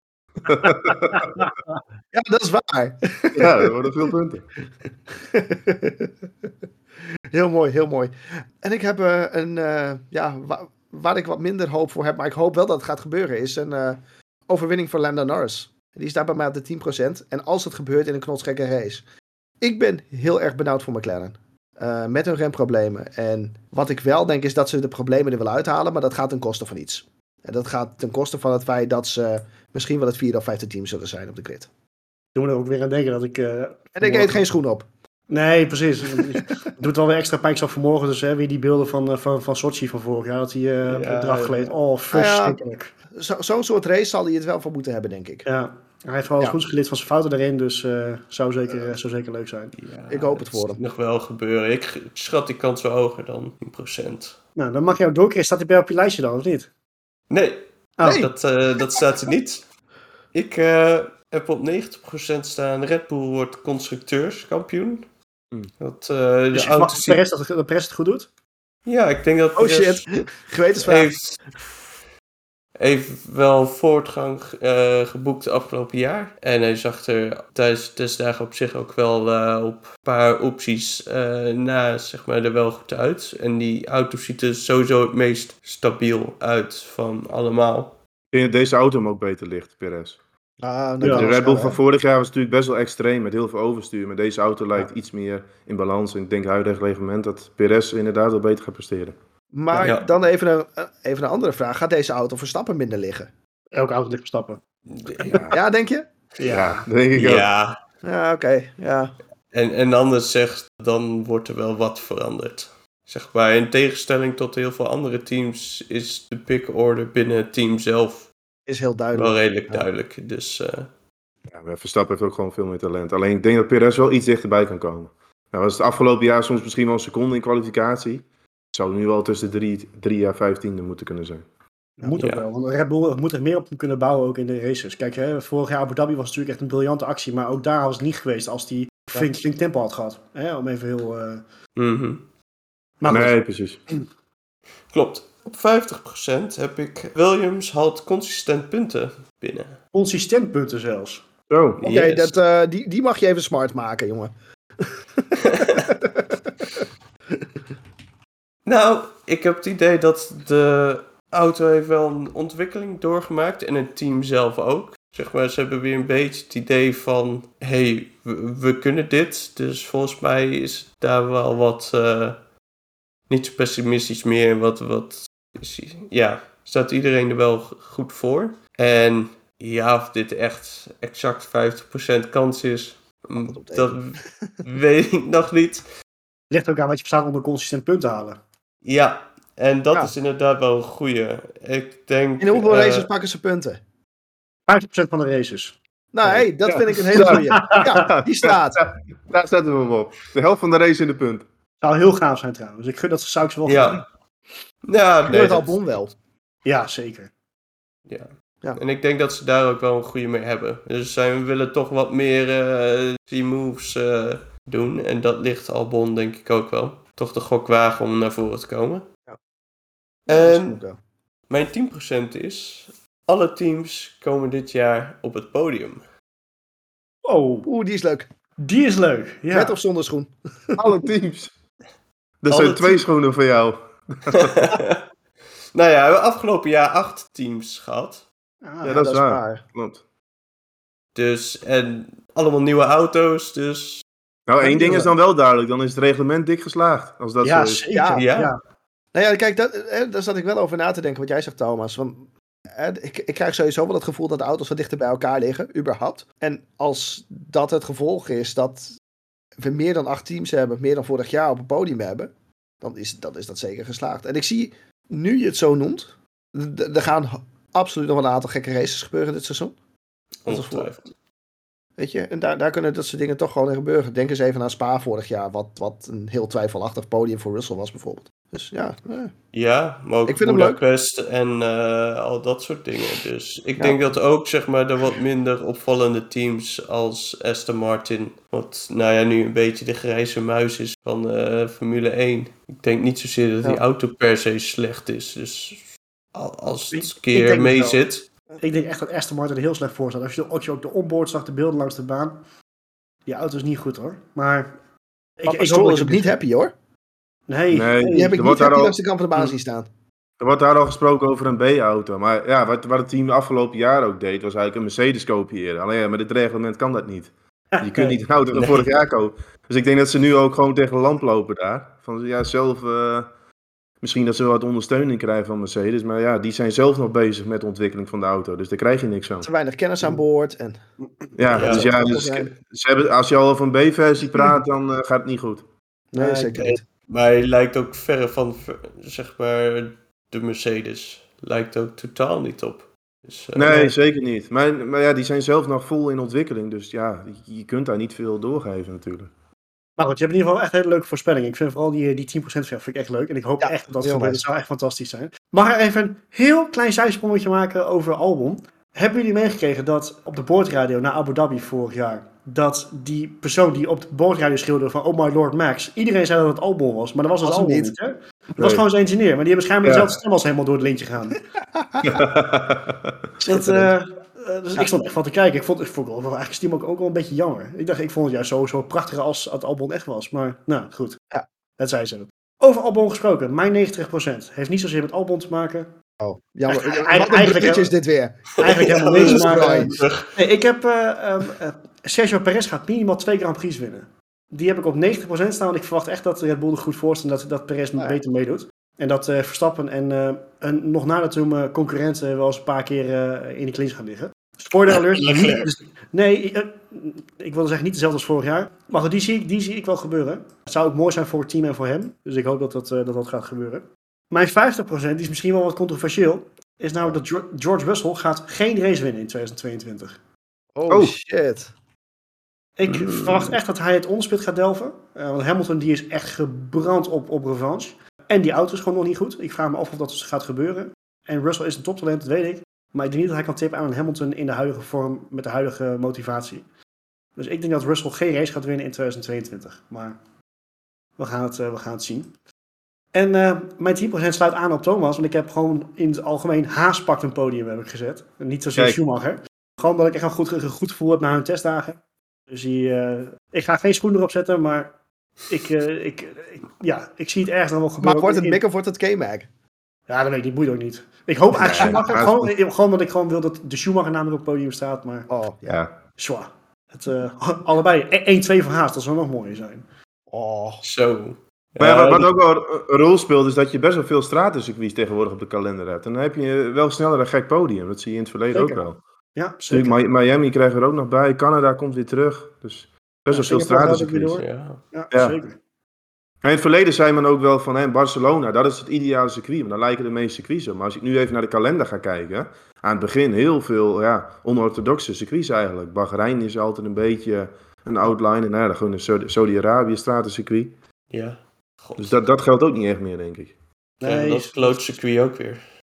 Ja, dat is waar. Ja, dat worden veel punten. Heel mooi, heel mooi. En ik heb uh, een, uh, ja, wa- waar ik wat minder hoop voor heb, maar ik hoop wel dat het gaat gebeuren, is een uh, overwinning voor Lando Norris. Die staat bij mij op de tien procent. En als het gebeurt in een knotsgekke race. Ik ben heel erg benauwd voor McLaren. Uh, met hun remproblemen. En wat ik wel denk is dat ze de problemen er willen uithalen, maar dat gaat ten koste van iets. En dat gaat ten koste van het feit dat ze misschien wel het vierde of vijfde team zullen zijn op de grid. Ik moet er ook weer aan denken dat ik... Uh, en ik eet geen schoen op. Nee, precies. Het doet wel weer extra pijn. Ik zag vanmorgen dus hè, weer die beelden van, van, van Sochi van vorig jaar. Dat hij uh, ja, eraf gleed. Oh, verschrikkelijk. Ja, zo, zo'n soort race zal hij het wel voor moeten hebben, denk ik. Ja, hij heeft wel eens ja. goed geleerd van zijn fouten erin. Dus uh, zou, zeker, uh, zou zeker leuk zijn. Ja, ik hoop het voor hem. nog wel gebeuren. Ik, ik schat die kans wel hoger dan tien procent. Nou, dan mag je ook doorkeren. Staat hij bij op je lijstje dan, of niet? Nee, oh. nee. Dat, uh, dat staat er niet. Ik uh, heb op negentig procent staan. Red Bull wordt constructeurskampioen. Dat, uh, de dus je auto verwacht dat Perez, dat Perez het goed doet? Ja, ik denk dat Oh shit, gewetensvraag. Heeft, heeft wel voortgang uh, geboekt afgelopen jaar. En hij zag er tijdens de testdagen op zich ook wel uh, op een paar opties uh, na, zeg maar, er wel goed uit. En die auto ziet er sowieso het meest stabiel uit van allemaal. Ik denk dat deze auto hem ook beter ligt, Perez. Ah, de Red Bull van vorig jaar was natuurlijk best wel extreem met heel veel overstuur. Maar deze auto lijkt ja. iets meer in balans. En ik denk huidig reglement dat Perez inderdaad wel beter gaat presteren. Maar ja. dan even een, even een andere vraag. Gaat deze auto Verstappen minder liggen? Elke auto ligt Verstappen. Ja, ja denk je? Ja, ja denk ik ook. Ja, ja oké. Okay. Ja. En, en anders zegt, dan wordt er wel wat veranderd. Zeg maar, in tegenstelling tot heel veel andere teams is de pick order binnen het team zelf is heel duidelijk. Wel redelijk ja. duidelijk. Dus, uh... ja, Verstappen heeft ook gewoon veel meer talent. Alleen ik denk dat Perez wel iets dichterbij kan komen. Nou, was het afgelopen jaar soms misschien wel een seconde in kwalificatie. Het zou nu wel tussen drie, drie à vijftiende moeten kunnen zijn. Dat moet ook ja. wel, want Red Bull moet er meer op kunnen bouwen ook in de races. Kijk, hè, vorig jaar Abu Dhabi was natuurlijk echt een briljante actie, maar ook daar was het niet geweest als die ja. flink, flink tempo had gehad. Hè, om even heel... Uh... Mm-hmm. Maar nee, precies. Klopt. Op vijftig procent heb ik Williams haalt consistent punten binnen. Consistent punten zelfs? Zo. Oké, okay, yes. uh, die, die mag je even smart maken, jongen. Nou, ik heb het idee dat de auto heeft wel een ontwikkeling doorgemaakt. En het team zelf ook. Zeg maar, ze hebben weer een beetje het idee van... Hé, hey, we, we kunnen dit. Dus volgens mij is daar wel wat... Uh, niet zo pessimistisch meer. Wat, wat, ja, staat iedereen er wel goed voor. En ja, of dit echt exact vijftig procent kans is... Dat weet ik nog niet. Ligt ook aan wat je verstaat onder consistent punten halen. Ja, en dat ja. is inderdaad wel een goeie. Ik denk... In hoeveel uh, races pakken ze punten? vijftig procent van de races. Nou, hé, hey, dat ja. vind ik een hele goeie. Ja, die staat. Ja, daar zetten we hem op. De helft van de race in de punt. Zou heel gaaf zijn trouwens. Ik gun dat zou ik ze wel ja. gaan. Ja, nee. Het Albon wel. Ja, zeker. Ja. ja. En ik denk dat ze daar ook wel een goede mee hebben. Dus zij willen toch wat meer uh, T-moves uh, doen. En dat ligt Albon denk ik ook wel. Toch de gok wagen om naar voren te komen. Ja. En goed, ja. Mijn tien procent is... Alle teams komen dit jaar op het podium. Oh. Oeh, die is leuk. Die is leuk, ja. Met of zonder schoen? Alle teams. Dat Alle zijn twee team... schoenen voor jou. Nou ja, we hebben afgelopen jaar acht teams gehad. Ah, ja, dat, dat is waar. waar. Klopt. Dus, en allemaal nieuwe auto's, dus... Nou, één ding is dan wel duidelijk. Dan is het reglement dik geslaagd. Als dat ja, zo is. Zeker. Ja, ja. ja. Nou ja, kijk, dat, hè, daar zat ik wel over na te denken, wat jij zegt, Thomas. Want, hè, ik, ik krijg sowieso wel het gevoel dat de auto's wat dichter bij elkaar liggen, überhaupt. En als dat het gevolg is dat we meer dan acht teams hebben, meer dan vorig jaar op een podium hebben, dan is, dan is dat zeker geslaagd. En ik zie, nu je het zo noemt, d- er gaan absoluut nog wel een aantal gekke races gebeuren dit seizoen. Ongetwijfeld. Weet je, en daar, daar kunnen dat soort dingen toch gewoon in gebeuren. Denk eens even aan Spa vorig jaar, wat, wat een heel twijfelachtig podium voor Russell was bijvoorbeeld. Dus ja. Eh. Ja, maar ook ik vind Budapest en uh, al dat soort dingen. Dus ik ja. denk dat ook, zeg maar, de wat minder opvallende teams als Aston Martin, wat nou ja, nu een beetje de grijze muis is van uh, Formule één. Ik denk niet zozeer dat ja. die auto per se slecht is. Dus als Ik- het een ik keer denk mee wel. zit. Ik denk echt dat Aston Martin er heel slecht voor staat. Als je, als je ook de onboard zag, de beelden langs de baan. Die auto is niet goed hoor. Maar ik, Papa ik Stroll hoop is dat ook je niet happy hoor. Nee, Nee, nee. Die heb ik er niet wordt daar happy al- langs de kant van de baan Hm. zien staan. Er wordt daar al gesproken over een B-auto. Maar ja, wat, wat het team afgelopen jaar ook deed, was eigenlijk een Mercedes kopiëren. Alleen ja, met dit reglement kan dat niet. Je kunt niet een auto van Nee. vorig jaar kopen. Dus ik denk dat ze nu ook gewoon tegen de lamp lopen daar. Van ja, zelf... eh, misschien dat ze wat ondersteuning krijgen van Mercedes. Maar ja, die zijn zelf nog bezig met de ontwikkeling van de auto. Dus daar krijg je niks van. Te weinig kennis aan boord. En Ja, Ja, dus dat ja, zal dus, wel zijn. ze hebben, als je al over een B-versie praat, dan eh, gaat het niet goed. nee, Nee, zeker nee. niet. Maar hij lijkt ook verre van, ver- zeg maar, de Mercedes. Lijkt ook totaal niet op. Dus, eh, Nee, zeker niet. Maar, maar ja, die zijn zelf nog vol in ontwikkeling. Dus ja, je, je kunt daar niet veel doorgeven natuurlijk. Maar goed, je hebt in ieder geval echt een hele leuke voorspelling. Ik vind vooral die, die tien procent vind ik echt leuk. En ik hoop Ja, echt dat dat heel gebeurt. nice. Dat zou echt fantastisch zijn. Mag ik even een heel klein zijsprongetje maken over Albon? Hebben jullie meegekregen dat op de boordradio na Abu Dhabi vorig jaar, dat die persoon die op de boordradio schreeuwde van oh my lord Max, iedereen zei dat het Albon was, maar dat was het Was hem Albon niet. niet, hè? Dat was Nee. gewoon zijn engineer, maar die hebben schijnbaar Ja. dezelfde stem als helemaal door het lintje gaan. Dat, Schitterend. eh, eh, dus ik stond echt van te kijken. Ik vond, ik vond het wel eigenlijk stiekem ook, ook wel een beetje jammer. Ik dacht, ik vond het juist zo, zo prachtiger als het Albon echt was. Maar nou, goed. Ja. Dat zei ze. Over Albon gesproken. Mijn negentig procent heeft niet zozeer met Albon te maken. Oh, jammer. Eigen- Wat een eigenlijk- bruggetje is dit weer. Eigenlijk helemaal Ja, niks. dat Maar is eh, terug. nee, ik heb eh, ehm, eh, Sergio Perez gaat minimaal twee Grand Prix winnen. Die heb ik op negentig procent staan. Want ik verwacht echt dat Red Bull er goed voor staat. En dat, dat Perez ja. beter meedoet. En dat eh, Verstappen en eh, een nog nader toe mijn concurrenten wel eens een paar keer eh, in de clinch gaan liggen. Spoiler alert. Leclerc. Dus, nee, eh, ik wilde zeggen niet dezelfde als vorig jaar. Maar goed, die zie, ik, die zie ik wel gebeuren. Het zou ook mooi zijn voor het team en voor hem. Dus ik hoop dat dat, eh, dat, dat gaat gebeuren. Mijn vijftig procent, die is misschien wel wat controversieel, is namelijk dat Geo- George Russell gaat geen race winnen in tweeduizend tweeëntwintig. Oh, Oh. shit. Ik Mm. verwacht echt dat hij het onderspit gaat delven. Uh, want Hamilton die is echt gebrand op, op revanche. En die auto is gewoon nog niet goed. Ik vraag me af of dat dus gaat gebeuren. En Russell is een toptalent, dat weet ik. Maar ik denk niet dat hij kan tippen aan een Hamilton in de huidige vorm met de huidige motivatie. Dus ik denk dat Russell geen race gaat winnen in tweeduizend tweeëntwintig. Maar we gaan het, uh, we gaan het zien. En uh, mijn tien procent sluit aan op Thomas. Want ik heb gewoon in het algemeen Haas pakt een podium heb ik gezet. En niet zozeer Kijk. Schumacher. Gewoon omdat ik echt een goed, een goed gevoel heb na hun testdagen. Dus die, uh, ik ga geen schoen erop zetten, maar ik, uh, ik, ik, ja, ik zie het ergens dan wel gebeuren. Maar wordt het In- Mick of wordt het K-Mac? Ja, dat weet ik niet, boeit ook niet. Ik hoop eigenlijk Nee, Schumacher, maar- gewoon, eh, gewoon omdat ik gewoon wil dat de Schumacher namelijk op het podium staat, maar Oh, ja. Ja. zwaar. Het, uh, allebei, één twee van Haas, dat zou nog mooier zijn. Oh. Zo. Maar ja, Ja, wat, wat die- ook wel een rol speelt, is dat je best wel veel stratencircuits tegenwoordig op de kalender hebt. En dan heb je wel sneller een gek podium. Dat zie je in het verleden Zeker. ook wel. Ja, zeker. Natuurlijk, Mi- Miami krijgen we er ook nog bij. Canada komt weer terug. Dus best wel veel Singapore gaat ook weer stratencircuits. door. ja. Ja, Ja. zeker. En in het verleden zei men ook wel van hè, Barcelona, dat is het ideale circuit. Want dan lijken de meeste circuits op. Maar als ik nu even naar de kalender ga kijken. Aan het begin heel veel ja, onorthodoxe circuits eigenlijk. Bahrein is altijd een beetje een outline. En nou, ja, dan gewoon een Saudi- Saudi-Arabië stratencircuit. Ja. God. Dus dat, dat geldt ook niet echt meer, denk ik. Ja, Nee, dat is kloot circuit ook weer.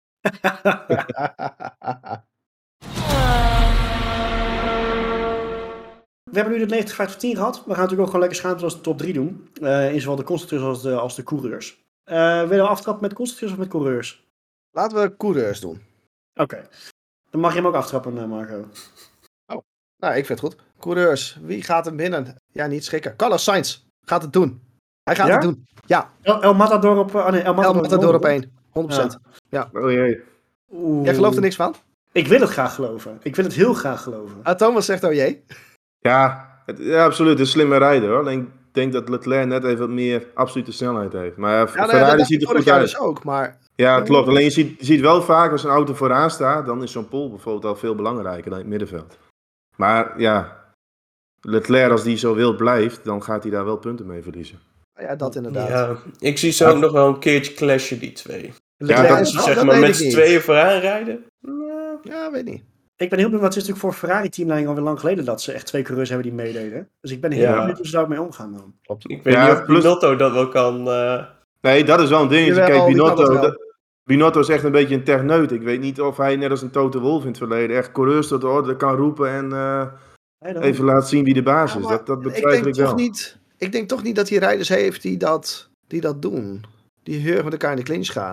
We hebben nu de negentig vijftig tien gehad. We gaan natuurlijk ook gewoon lekker schaamte als de top drie doen. Uh, in zowel de constructeurs als de, als de coureurs. Uh, willen we aftrappen met constructeurs of met coureurs? Laten we coureurs doen. Oké. Okay. Dan mag je hem ook aftrappen, uh, Marco. Oh, nou, ik vind het goed. Coureurs, wie gaat hem winnen? Ja, niet schrikken. Carlos Sainz gaat het doen. Hij gaat Ja? het doen. Ja, El, El Matador op... Uh, nee, El Matador, El Matador op één. honderd procent. Ja. Oh jee. Oeh. Jij gelooft er niks van? Ik wil het graag geloven. Ik wil het heel graag geloven. Ah, Thomas zegt oh jee. Ja, het, ja, absoluut. Het is een slimme rijder hoor. Alleen ik denk dat Leclerc net even wat meer absolute snelheid heeft. Maar ja, Ja, Ferrari nou ja, dat dacht ziet ik er vorig goed jaar uit. dus ook, maar... Ja, klopt. Alleen je ziet, je ziet wel vaak als een auto vooraan staat, dan is zo'n pole bijvoorbeeld al veel belangrijker dan in het middenveld. Maar ja, Leclerc als die zo wild blijft, dan gaat hij daar wel punten mee verliezen. Ja, dat inderdaad. Ja, ik zie zo Ja. nog wel een keertje clashen, die twee. Leclerc dat is is- wel- Zeg dat maar weet met ik z'n niet. tweeën vooraan rijden. Nou, Ja, weet niet. Ik ben heel benieuwd, want het is natuurlijk voor Ferrari-teamleiding alweer lang geleden dat ze echt twee coureurs hebben die meededen. Dus ik ben heel Ja. benieuwd hoe ze daarmee omgaan dan. Klopt. ik weet Ja, niet of plus- Binotto dat wel kan. eh, Nee, dat is wel een ding. Jawel, Kijk, die kan het Binotto, wel. dat- Binotto is echt een beetje een techneut. Ik weet niet of hij net als een Toto Wolff in het verleden echt coureurs tot de orde kan roepen en eh, Hey, dan. even laten zien wie de baas Ja, is. maar dat dat ik betwijfel denk ik, toch wel. niet... Ik denk toch niet dat hij rijders heeft die dat, die dat doen. Die heel erg met elkaar in de clinch gaan.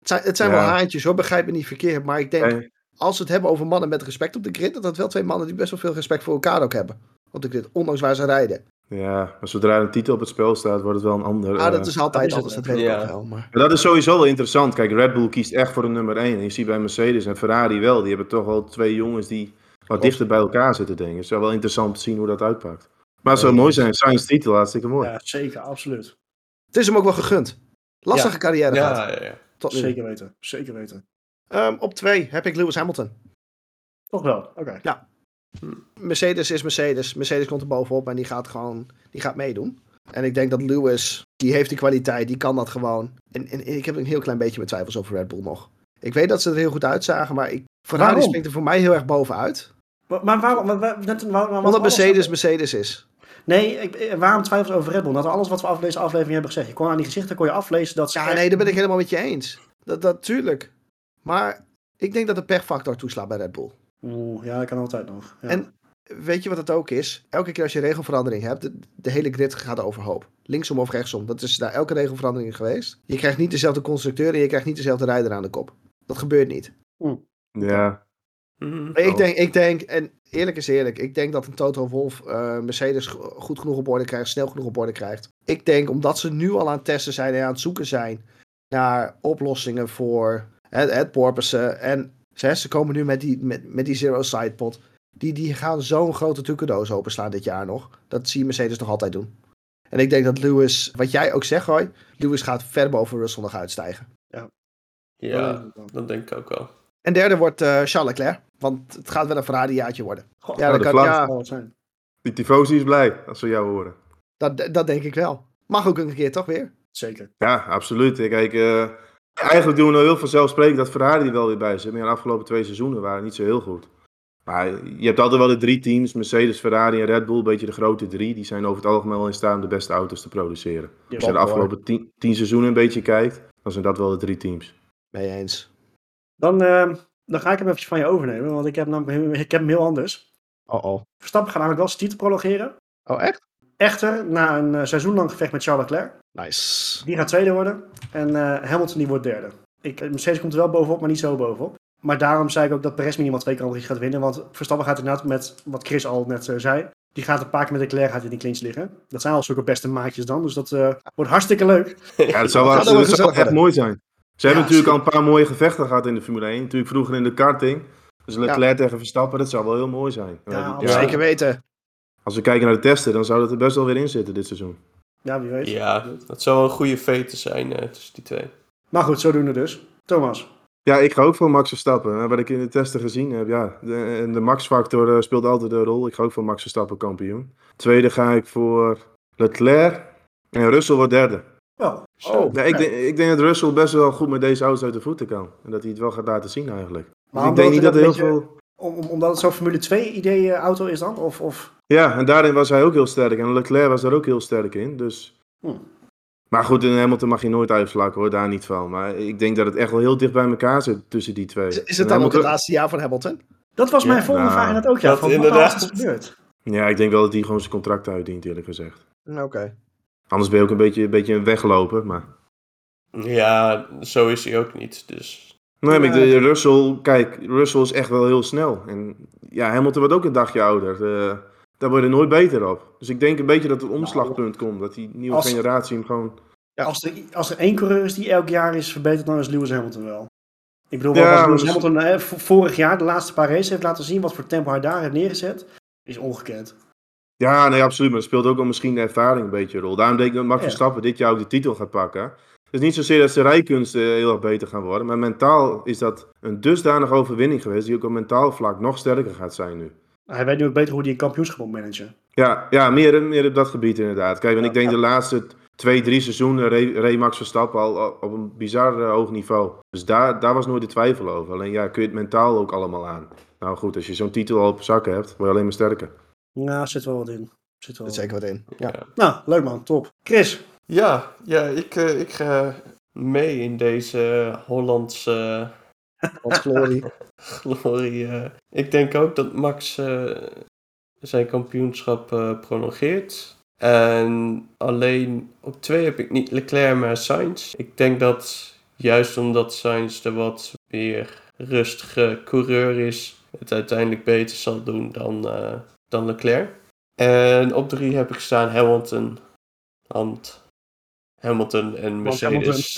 Het zijn, het zijn Ja. wel haantjes hoor, begrijp me niet verkeerd. Maar ik denk, Nee. als we het hebben over mannen met respect op de grid, dat dat wel twee mannen die best wel veel respect voor elkaar ook hebben. Op de grid, ondanks waar ze rijden. Ja, maar zodra een titel op het spel staat, wordt het wel een ander. Ah, eh, dat is altijd dat is anders, het, dat weet ik ja. ook wel. Maar... Maar dat is sowieso wel interessant. Kijk, Red Bull kiest echt voor de nummer één. En je ziet bij Mercedes en Ferrari wel. Die hebben toch wel twee jongens die wat Klopt. dichter bij elkaar zitten, denk ik. Het is wel interessant te zien hoe dat uitpakt. Maar het zou Nee, mooi dus- zijn. Science titel, hartstikke mooi. Ja, zeker, absoluut. Het is hem ook wel gegund. Lastige Ja. carrière gehad. Ja, ja, ja. Tot nu. Zeker weten, zeker weten. Ehm, op twee heb ik Lewis Hamilton. Toch wel, oké. Mercedes is Mercedes. Mercedes komt er bovenop en die gaat gewoon die gaat meedoen. En ik denk dat Lewis, die heeft die kwaliteit, die kan dat gewoon. En, en, en ik heb een heel klein beetje mijn twijfels over Red Bull nog. Ik weet dat ze er heel goed uitzagen, maar ik, Ferrari Waarom? springt er voor mij heel erg bovenuit. Maar, maar waarom? Maar, waar- net, waar, waar, wat Omdat alles- Mercedes Mercedes is. Nee, ik, eh, waarom twijfels over Red Bull? Dat alles wat we af deze aflevering hebben gezegd. Je kon aan die gezichten kon je aflezen dat ze. Ja, echt- nee, daar ben ik helemaal met je eens. Dat, dat tuurlijk. Maar ik denk dat de pechfactor toeslaat bij Red Bull. Oeh, ja, dat kan altijd nog. Ja. En weet je wat het ook is? Elke keer als je regelverandering hebt, de, de hele grid gaat overhoop. Linksom of rechtsom. Dat is daar elke regelverandering geweest. Je krijgt niet dezelfde constructeur en je krijgt niet dezelfde rijder aan de kop. Dat gebeurt niet. Ja, Mhm. Maar ik Oh. denk, ik denk, en eerlijk is eerlijk, ik denk dat een Toto Wolff eh, Mercedes go- goed genoeg op orde krijgt, snel genoeg op orde krijgt. Ik denk, omdat ze nu al aan het testen zijn en aan het zoeken zijn naar oplossingen voor het, het porpoisen. En ze, ze komen nu met die, met, met die zero sidepod. Die, die gaan zo'n grote trucendoos openslaan dit jaar nog. Dat zie je Mercedes nog altijd doen. En ik denk dat Lewis, wat jij ook zegt, Roy, Lewis gaat ver boven Russell nog uitstijgen. Ja, dat denk ik ook wel. En derde wordt eh, Charles Leclerc, want het gaat wel een Ferrari-jaartje worden. Goh, Ja, Oh, dat de kan, vlag. ja, zal het zijn. die tifosi is blij als ze jou horen. Dat, dat denk ik wel. Mag ook een keer, toch weer? Zeker. Ja, absoluut. Kijk, eh, eigenlijk doen we nou heel vanzelfsprekend dat Ferrari er wel weer bij zit. Maar ja, de afgelopen twee seizoenen waren niet zo heel goed. Maar je hebt altijd wel de drie teams, Mercedes, Ferrari en Red Bull, een beetje de grote drie. Die zijn over het algemeen wel in staat om de beste auto's te produceren. Ja, Als je de hoor. afgelopen tien, tien seizoenen een beetje kijkt, dan zijn dat wel de drie teams. Mee eens. Dan, eh, dan ga ik hem even van je overnemen, want ik heb, namelijk, ik heb hem heel anders. Oh oh. Verstappen gaat namelijk wel zijn titel prolongeren. Oh echt? Echter, na een uh, seizoen lang gevecht met Charles Leclerc. Nice. Die gaat tweede worden. En uh, Hamilton die wordt derde. Ik, Mercedes komt er wel bovenop, maar niet zo bovenop. Maar daarom zei ik ook dat Perez minimaal twee Grand Prix gaat winnen. Want Verstappen gaat inderdaad met, wat Chris al net uh, zei, die gaat een paar keer met Leclerc gaat in die clinch liggen. Dat zijn al zulke beste maatjes dan. Dus dat uh, wordt hartstikke leuk. Ja, dat zou wel, Gaat dat wel zou wel gezellig echt worden. mooi zijn. Ze Ja, hebben natuurlijk zeker. al een paar mooie gevechten gehad in de Formule één. Natuurlijk vroeger in de karting. Dus Leclerc tegen Verstappen, dat zou wel heel mooi zijn. Ja, Ja, Zeker weten. als we kijken naar de testen, dan zou dat er best wel weer in zitten dit seizoen. Ja, wie weet. Ja, dat zou wel een goede vete zijn eh, tussen die twee. Maar goed, zodoende dus. Thomas. Ja, ik ga ook voor Max Verstappen. Hè, wat ik in de testen gezien heb, ja, de, de Max-factor eh, speelt altijd een rol. Ik ga ook voor Max Verstappen kampioen. Tweede ga ik voor Leclerc. En Russell wordt derde. Wel. Oh. Ja, ik, denk, ik denk dat Russell best wel goed met deze auto's uit de voeten kan. En dat hij het wel gaat laten zien eigenlijk. Dus Maar ik denk niet dat er heel het een beetje- veel... Om, om, omdat het zo'n Formule twee idee auto is dan? Of, of... Ja, en daarin was hij ook heel sterk. En Leclerc was daar ook heel sterk in. Dus... Hm. Maar goed, in Hamilton mag je nooit uitvlakken hoor, daar niet van. Maar ik denk dat het echt wel heel dicht bij elkaar zit tussen die twee. Is, is En het dan ook Hamilton- het laatste jaar van Hamilton? Dat was mijn Ja, volgende nou, vraag net ook. Ja, dat van, wat inderdaad. is er gebeurd? Ja, ik denk wel dat hij gewoon zijn contract uitdient, eerlijk gezegd. Oké. Anders ben je ook een beetje, een beetje een wegloper, maar... Ja, zo is hij ook niet. Dus Nee, maar ik- Ja. de- Russell, kijk, Russell is echt wel heel snel. En ja, Hamilton wordt ook een dagje ouder. Eh, daar word je nooit beter op. Dus ik denk een beetje dat het omslagpunt komt. Dat die nieuwe Als- generatie hem gewoon... Ja. Als, er, als er één coureur is die elk jaar is verbeterd, dan is Lewis Hamilton wel. Ik bedoel, Ja, wat maar Lewis dus- Hamilton eh, v- vorig jaar, de laatste paar races, heeft laten zien, wat voor tempo hij daar heeft neergezet, is ongekend. Ja, nee, absoluut. Maar er speelt ook al misschien de ervaring een beetje een rol. Daarom denk ik dat Max Ja. Verstappen dit jaar ook de titel gaat pakken. Het is niet zozeer dat zijn rijkunsten heel erg beter gaan worden. Maar mentaal is dat een dusdanige overwinning geweest. Die ook op mentaal vlak nog sterker gaat zijn nu. Hij weet nu ook beter hoe hij een kampioenschap moet managen. Ja, ja meer, meer op dat gebied inderdaad. Kijk, want ik denk de laatste twee, drie seizoenen reed reed Max Verstappen al al op een bizar eh, hoog niveau. Dus daar, daar was nooit de twijfel over. Alleen ja, kun je het mentaal ook allemaal aan. Nou goed, als je zo'n titel al op zakken hebt, word je alleen maar sterker. Nou, zit wel wat in. Zit wel Er wat zit zeker wat in. Ja. ja. Nou, leuk man, top. Chris. Ja, ja ik, eh, ik ga mee in deze Hollandse Want glorie. glorie. eh. Ik denk ook dat Max eh, zijn kampioenschap eh, prolongeert. En alleen op twee heb ik niet Leclerc, maar Sainz. Ik denk dat juist omdat Sainz de wat meer rustige coureur is, het uiteindelijk beter zal doen dan, uh, dan Leclerc. En op drie heb ik staan Hamilton, Hand, Hamilton en Mercedes.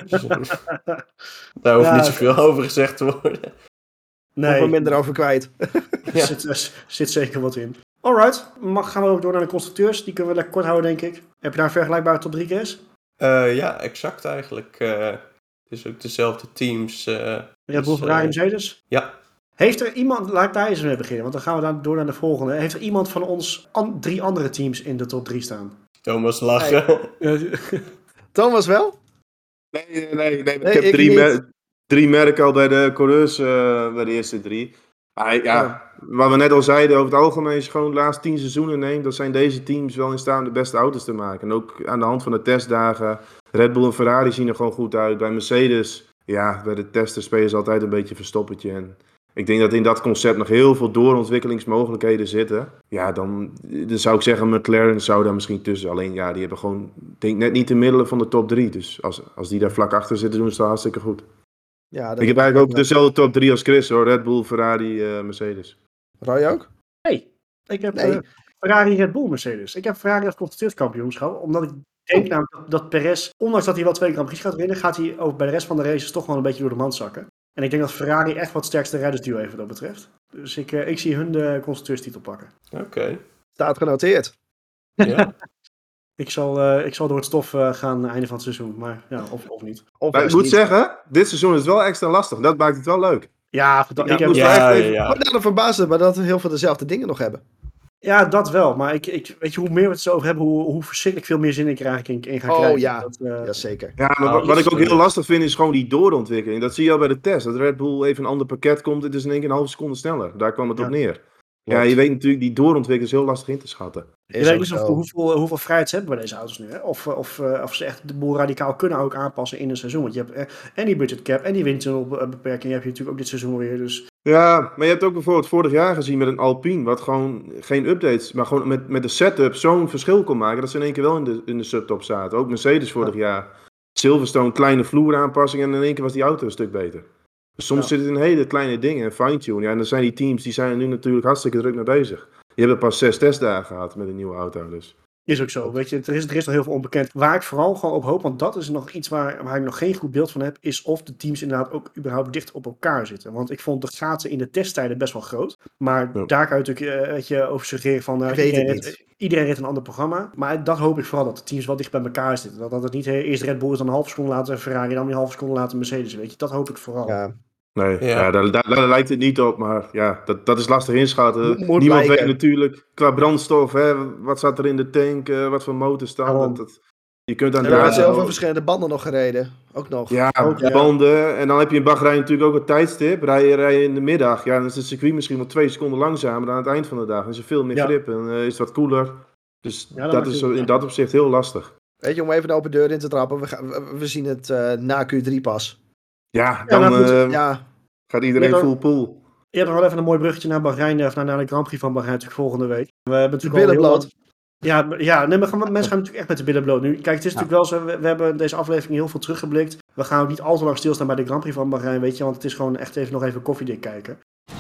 Daar hoeft ja, niet zoveel over gezegd te worden. Nee. Of er minder over kwijt. Er ja. zit, er zit zeker wat in. Alright, mag, gaan we ook door naar de constructeurs. Die kunnen we lekker kort houden, denk ik. Heb je daar een vergelijkbare top drie, Chris? Uh, ja, exact eigenlijk. Uh, het is ook dezelfde teams. Uh, Red Bull, Ferrari, uh, Mercedes? Ja. Heeft er iemand, laat ik daar eens mee beginnen, want dan gaan we dan door naar de volgende. Heeft er iemand van ons an, drie andere teams in de top drie staan? Thomas lachen. Hey. Thomas wel? Nee, nee, nee. nee ik heb ik drie, mer- drie merken al bij de coureurs, uh, bij de eerste drie. Maar ja, ja, wat we net al zeiden, over het algemeen, als je gewoon de laatste tien seizoenen neemt, dan zijn deze teams wel in staat om de beste auto's te maken. En ook aan de hand van de testdagen, Red Bull en Ferrari zien er gewoon goed uit. Bij Mercedes, ja, bij de testen spelen ze altijd een beetje verstoppertje. En ik denk dat in dat concept nog heel veel doorontwikkelingsmogelijkheden zitten. Ja, dan, dan zou ik zeggen, McLaren zou daar misschien tussen. Alleen, ja, die hebben gewoon, denk net niet de middelen van de top drie. Dus als, als die daar vlak achter zitten, doen ze het hartstikke goed. Ja, ik heb eigenlijk ook dezelfde top drie als Chris, hoor. Red Bull, Ferrari, uh, Mercedes. Roy ook? Nee, ik heb nee. Uh, Ferrari, Red Bull, Mercedes. Ik heb Ferrari als constructeurskampioenschap, omdat ik denk nou, dat, dat Perez, ondanks dat hij wel twee Grand Prix gaat winnen, gaat hij ook bij de rest van de races toch wel een beetje door de mand zakken. En ik denk dat Ferrari echt wat sterkste rijdersduo heeft wat dat betreft. Dus ik, uh, ik zie hun de constructeurstitel pakken. Oké. Okay. Staat genoteerd. Ja. ik, zal, uh, ik zal door het stof uh, gaan einde van het seizoen, maar ja, of, of niet. Of maar ik moet niet. zeggen, dit seizoen is wel extra lastig. Dat maakt het wel leuk. Ja, dat, ja, ik heb ja, ja, ja. Maar daarom verbaast het me dat we heel veel dezelfde dingen nog hebben. Ja, dat wel. Maar ik, ik, weet je, hoe meer we het zo over hebben, hoe, hoe verschrikkelijk veel meer zin ik er eigenlijk in, in ga oh, krijgen. Oh ja, dat, uh... ja zeker. Ja, maar oh, wat ik ook heel lastig vind, is gewoon die doorontwikkeling. Dat zie je al bij de test. Dat Red Bull even een ander pakket komt, het is in één keer een halve seconde sneller. Daar kwam het ja. op neer. Ja, je weet natuurlijk, die doorontwikkeling is heel lastig in te schatten. Je weet niet of, hoeveel, hoeveel vrijheid ze hebben bij deze auto's nu. Hè? Of, of, of ze echt de boel radicaal kunnen ook aanpassen in een seizoen. Want je hebt eh, en die budget cap en die windtunnelbeperking heb je natuurlijk ook dit seizoen weer. Dus. Ja, maar je hebt ook bijvoorbeeld vorig jaar gezien met een Alpine, wat gewoon geen updates, maar gewoon met, met de setup zo'n verschil kon maken, dat ze in één keer wel in de, in de subtop zaten. Ook Mercedes vorig ja. jaar. Silverstone, kleine vloeraanpassing en in één keer was die auto een stuk beter. Dus soms ja. zit het in hele kleine dingen en fine-tune. Ja, en dan zijn die teams, die zijn er nu natuurlijk hartstikke druk mee bezig. Die hebben pas zes testdagen gehad met een nieuwe auto, dus. Is ook zo, weet je, er is, er is nog heel veel onbekend. Waar ik vooral gewoon op hoop, want dat is nog iets waar, waar ik nog geen goed beeld van heb, is of de teams inderdaad ook überhaupt dicht op elkaar zitten. Want ik vond de gaten in de testtijden best wel groot. Maar ja. daar kan je natuurlijk uh, weet je, over suggereren van uh, iedereen, reed, iedereen reed een ander programma. Maar dat hoop ik vooral, dat de teams wel dicht bij elkaar zitten. Dat, dat het niet uh, eerst Red Bull is, dan een halve seconde later Ferrari, dan weer een halve seconde later Mercedes. Weet je, dat hoop ik vooral. Ja. Nee, ja. Ja, daar, daar, daar lijkt het niet op, maar ja, dat, dat is lastig inschatten. Moet Niemand blijken. weet natuurlijk qua brandstof, hè, wat zat er in de tank, uh, wat voor motorstand. Dat, dat, je kunt aan er zijn zelf wel verschillende banden nog gereden, ook nog. Ja, ook, ja, banden. En dan heb je in Bahrein natuurlijk ook een tijdstip. Rij je, rij je in de middag, ja, dan is het circuit misschien wel twee seconden langzamer dan aan het eind van de dag. Dan is er veel meer ja. grip en uh, is het wat koeler. Dus ja, dat is in dat opzicht heel lastig. Weet je, om even de open deur in te trappen, we, gaan, we, we zien het uh, na Q drie pas. Ja, dan... Ja, uh, ja. Gaat iedereen full pool. Je hebt nog wel even een mooi bruggetje naar Bahrein, of naar, naar de Grand Prix van Bahrein natuurlijk volgende week. We hebben de billen bloot. Ja, ja nee, maar gaan, mensen gaan natuurlijk echt met de billen bloot. Nu, kijk, het is ja. natuurlijk wel zo, we, we hebben deze aflevering heel veel teruggeblikt. We gaan ook niet al te lang stilstaan bij de Grand Prix van Bahrein, weet je, want het is gewoon echt even nog even koffiedik kijken.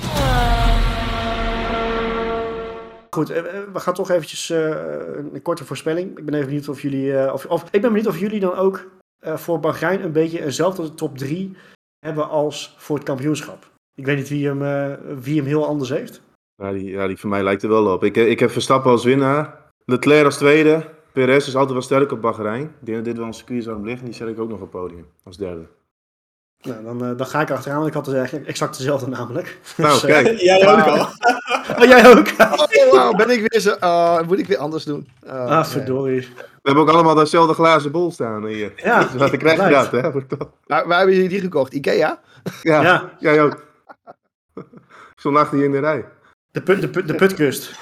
Goed, we gaan toch eventjes uh, een korte voorspelling. Ik ben even benieuwd of jullie, uh, of, of, ik ben benieuwd of jullie dan ook uh, voor Bahrein een beetje eenzelfde top drie hebben als voor het kampioenschap. Ik weet niet wie hem, uh, wie hem heel anders heeft. Ja die, ja, die voor mij lijkt er wel op. Ik, ik heb Verstappen als winnaar. Leclerc als tweede. Perez is altijd wel sterk op Bahrein. Ik denk dat dit wel een circuit zou hem liggen. Die zet ik ook nog op het podium als derde. Nou, dan, uh, dan ga ik achteraan, want ik had dus eigenlijk exact dezelfde namelijk. Nou, dus, kijk. Uh, jij ook al. Oh, jij ook? Oh, wow, ben ik weer zo... Uh, moet ik weer anders doen? Uh, ah, verdorie. Nee. We hebben ook allemaal datzelfde glazen bol staan hier. Ja. Dus wat ik krijg je dat, hè? Waar, waar hebben jullie die gekocht? Ikea? Ja, ja. Jij ook. Ik stond achter je in de rij. De, put, de, put, de putkust.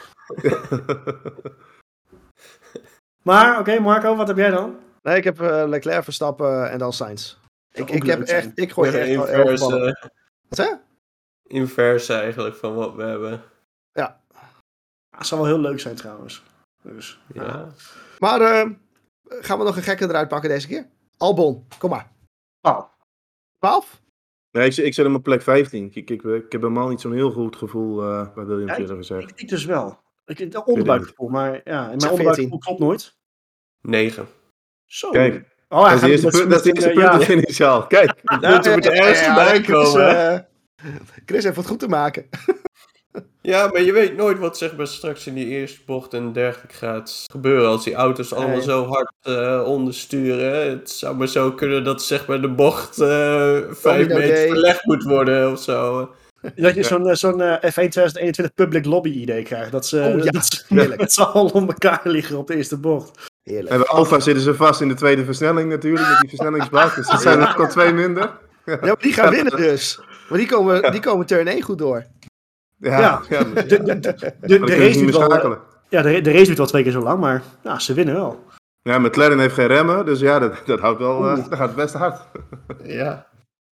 Maar, oké, okay, Marco, wat heb jij dan? Nee, ik heb uh, Leclerc, Verstappen en dan Sainz. Ik, ik heb echt, ik gooi ja, echt inverse, wel uh, Wat zeg? Inverse eigenlijk van wat we hebben. Ja. Het zou wel heel leuk zijn trouwens. Dus, ja. ja. Maar uh, gaan we nog een gekke eruit pakken deze keer? Albon, kom maar. Oh. twaalf? Nee, ik, ik zet hem op plek vijftien. Ik, ik, ik heb helemaal niet zo'n heel goed gevoel uh, bij Williams, Ja, eerder gezegd. Ik, ik dus wel. Ik heb een onderbuikgevoel, maar ja, in mijn onderbuikgevoel klopt nooit. negen. Zo. Kijk, oh, dat is de eerste punt, dat is de eerste punt ja. in finish al. Kijk. De punten moeten ergens voorbij komen. Chris, uh, Chris heeft wat goed te maken. Ja, maar je weet nooit wat zeg maar straks in die eerste bocht en dergelijke gaat gebeuren. Als die auto's allemaal Nee. zo hard uh, ondersturen. Het zou maar zo kunnen dat zeg maar de bocht uh, vijf meter day. verlegd moet worden of zo. Dat je zo'n, zo'n uh, F één twintig eenentwintig public lobby idee krijgt. Dat ze, oh, ja. dat ze met z'n allen om elkaar liggen op de eerste bocht. Heerlijk. En bij Alfa zitten ze vast in de tweede versnelling natuurlijk, met die versnellingsbak. Dus dat zijn er ook al twee minder. Ja, maar die gaan winnen dus. Maar die komen, die komen turn één goed door. Ja, Ja. ja. De, de, de, de, de race duurt wel, ja, de, de race duurt wel twee keer zo lang, maar nou, ze winnen wel. Ja, McLaren heeft geen remmen, dus ja, dat, dat, houdt wel, uh, dat gaat best hard. Ja.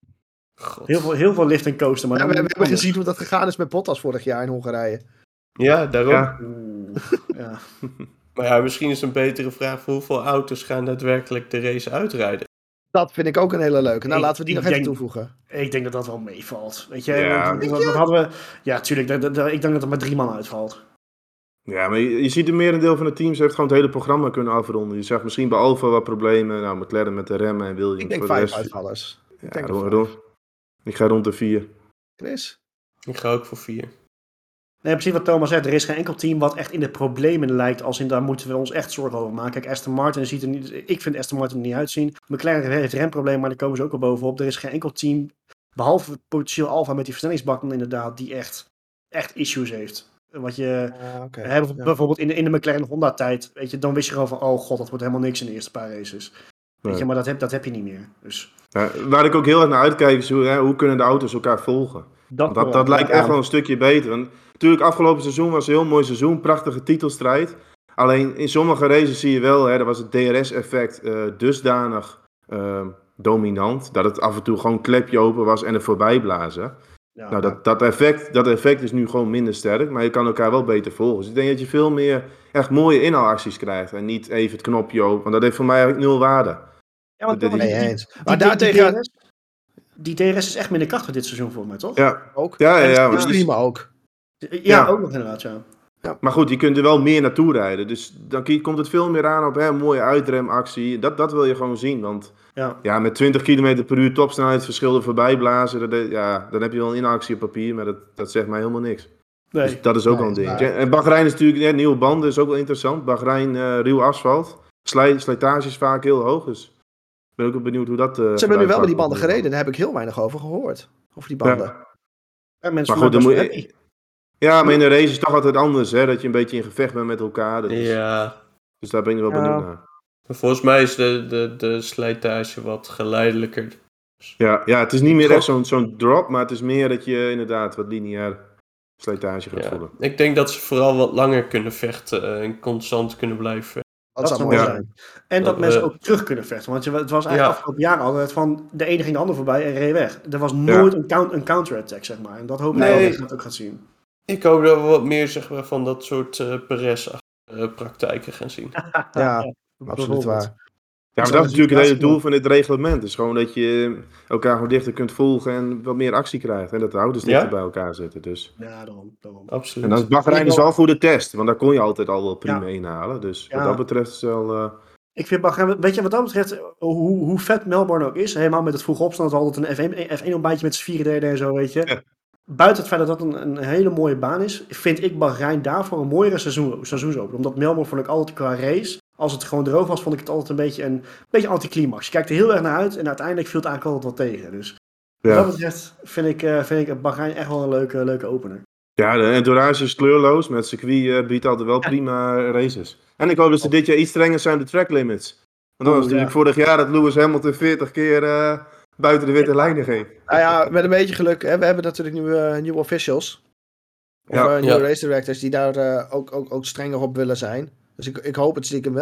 God. Heel veel, heel veel lift en coasten. Maar ja, dan we, we hebben gezien hoe dat gegaan is met Bottas vorig jaar in Hongarije. Ja, daarom. Ja. Oeh, ja. Maar ja, misschien is een betere vraag voor hoeveel auto's gaan daadwerkelijk de race uitrijden. Dat vind ik ook een hele leuke. Nou, Ik- laten we die ik nog even denk- toevoegen. Ik denk dat dat wel meevalt. Weet je, Ja. wat, wat, wat hadden we... Ja, tuurlijk. dat- dat- dat- Ik denk dat er maar drie man uitvalt. Ja, maar je, je ziet de merendeel van de teams heeft gewoon het hele programma kunnen afronden. Je zag misschien bij Alfa wat problemen. Nou, McLaren met de remmen en Williams. Ik denk voor de vijf rest- uitvallers. Ik Ja, denk rond- dat rond- ik ga rond de vier. Chris? Ik ga ook voor vier. Nee, precies wat Thomas zegt. Er is geen enkel team wat echt in de problemen lijkt. Als in daar moeten we ons echt zorgen over maken. Kijk, Aston Martin ziet er niet... Ik vind Aston Martin er niet uitzien. McLaren heeft remproblemen, maar daar komen ze ook al bovenop. Er is geen enkel team, behalve potentieel Alfa met die versnellingsbak dan inderdaad, die echt, echt issues heeft. Wat je... Uh, okay. Hè, bijvoorbeeld in de, in de McLaren Honda tijd, weet je, dan wist je gewoon van, oh god, dat wordt helemaal niks in de eerste paar races. Weet Nee. je, maar dat heb, dat heb je niet meer. Dus Ja, waar ik ook heel erg naar uitkijk is hoe, hè, hoe kunnen de auto's elkaar volgen. dat, Dat, dat lijkt echt wel een stukje beter. Want natuurlijk, afgelopen seizoen was een heel mooi seizoen. Prachtige titelstrijd. Alleen in sommige races zie je wel, hè, daar was het D R S-effect uh, dusdanig uh, dominant. Dat het af en toe gewoon een klepje open was en er voorbij blazen. Ja, Nou, dat, dat, effect, dat effect is nu gewoon minder sterk. Maar je kan elkaar wel beter volgen. Dus ik denk dat je veel meer echt mooie inhaalacties krijgt. En niet even het knopje open. Want dat heeft voor mij eigenlijk nul waarde. ja, maar dit- Thomas, Nee, die, eens. die, Maar die, daartegen... die, D R S, die D R S is echt minder krachtig dit seizoen volgens mij, toch? Ja, Ook. ja, ja. ja En maar, streamen ook. Ja, Ja. ook nog inderdaad, ja. maar goed, je kunt er wel meer naartoe rijden. Dus dan ki- komt het veel meer aan op hè, een mooie uitremactie. Dat, dat wil je gewoon zien. Want Ja. ja, met twintig kilometer per uur topsnelheid verschil er voorbij blazen. Dat, ja, dan heb je wel een inactie op papier. Maar dat, dat zegt mij helemaal niks. Nee. Dus dat is ook Nee, wel een is ding. waar. En Bahrein is natuurlijk, ja, nieuwe banden is ook wel interessant. Bahrein, uh, ruw asfalt. Slijt, slijtage is vaak heel hoog. Dus ik ben ook wel benieuwd hoe dat... Uh, Ze hebben nu wel met die uitpakt. banden gereden. Daar heb ik heel weinig over gehoord. Over die banden. Ja. En mensen Maar goed, dan zijn moet best wel je... happy. Ja, maar in de race is het toch altijd anders, hè. Dat je een beetje in gevecht bent met elkaar. Dat is- Ja. Dus daar ben ik wel Ja. benieuwd naar. Maar volgens mij is de, de, de slijtage wat geleidelijker. Ja, ja, het is niet meer echt zo'n zo'n drop, maar het is meer dat je inderdaad wat lineair slijtage gaat Ja. voelen. Ik denk dat ze vooral wat langer kunnen vechten en constant kunnen blijven. Dat, zou zou mooi ja. zijn. En dat Dat, mensen eh, ook terug kunnen vechten. Want je, het was eigenlijk Ja. afgelopen jaar altijd van de ene ging de ander voorbij en reed weg. Er was nooit een, count, een counter-attack, zeg maar. En dat hoop ik Nee. wel dat je dat ook gaat zien. Ik hoop dat we wat meer zeg maar, van dat soort uh, Perez-praktijken gaan zien. Ja, absoluut waar. Ja, maar dat is natuurlijk het hele doel van dit reglement. Dus gewoon dat je elkaar gewoon dichter kunt volgen en wat meer actie krijgt. En dat de auto's dichter Ja. bij elkaar zitten. Dus. Ja, daarom. daarom. Absoluut. En dan is Bahrein is wel een goede test, want daar kon je altijd al wel prima Ja. inhalen. Dus Ja. wat dat betreft is wel... uh, Ik vind Bahrein, weet je wat dat betreft, hoe, hoe vet Melbourne ook is, helemaal met het vroeg opstaan, dat we altijd een F één, F één ontbijtje met z'n vieren deden en zo, weet je. Ja. Buiten het feit dat dat een, een hele mooie baan is, vind ik Bahrein daarvoor een mooiere seizoen, seizoensopener. Omdat Melbourne vond ik altijd qua race, als het gewoon droog was, vond ik het altijd een beetje een beetje anticlimax. Je kijkt er heel erg naar uit en uiteindelijk viel het eigenlijk altijd wat tegen. Dus wat ja. dat betreft vind ik, uh, vind ik Bahrein echt wel een leuke, leuke opener. ja, de entourage is kleurloos. Met het circuit uh, biedt altijd wel prima races. En ik hoop dat ze dit jaar iets strenger zijn de track limits. Want dat was Oeh, natuurlijk ja. vorig jaar dat Lewis Hamilton veertig keer uh, buiten de witte lijnen ging. Nou ja, met een beetje geluk. Hè, we hebben natuurlijk nieuwe, nieuwe officials. Of Ja. uh, nieuwe Ja. race directors die daar uh, ook, ook, ook strenger op willen zijn. Dus ik, ik hoop het stiekem wel.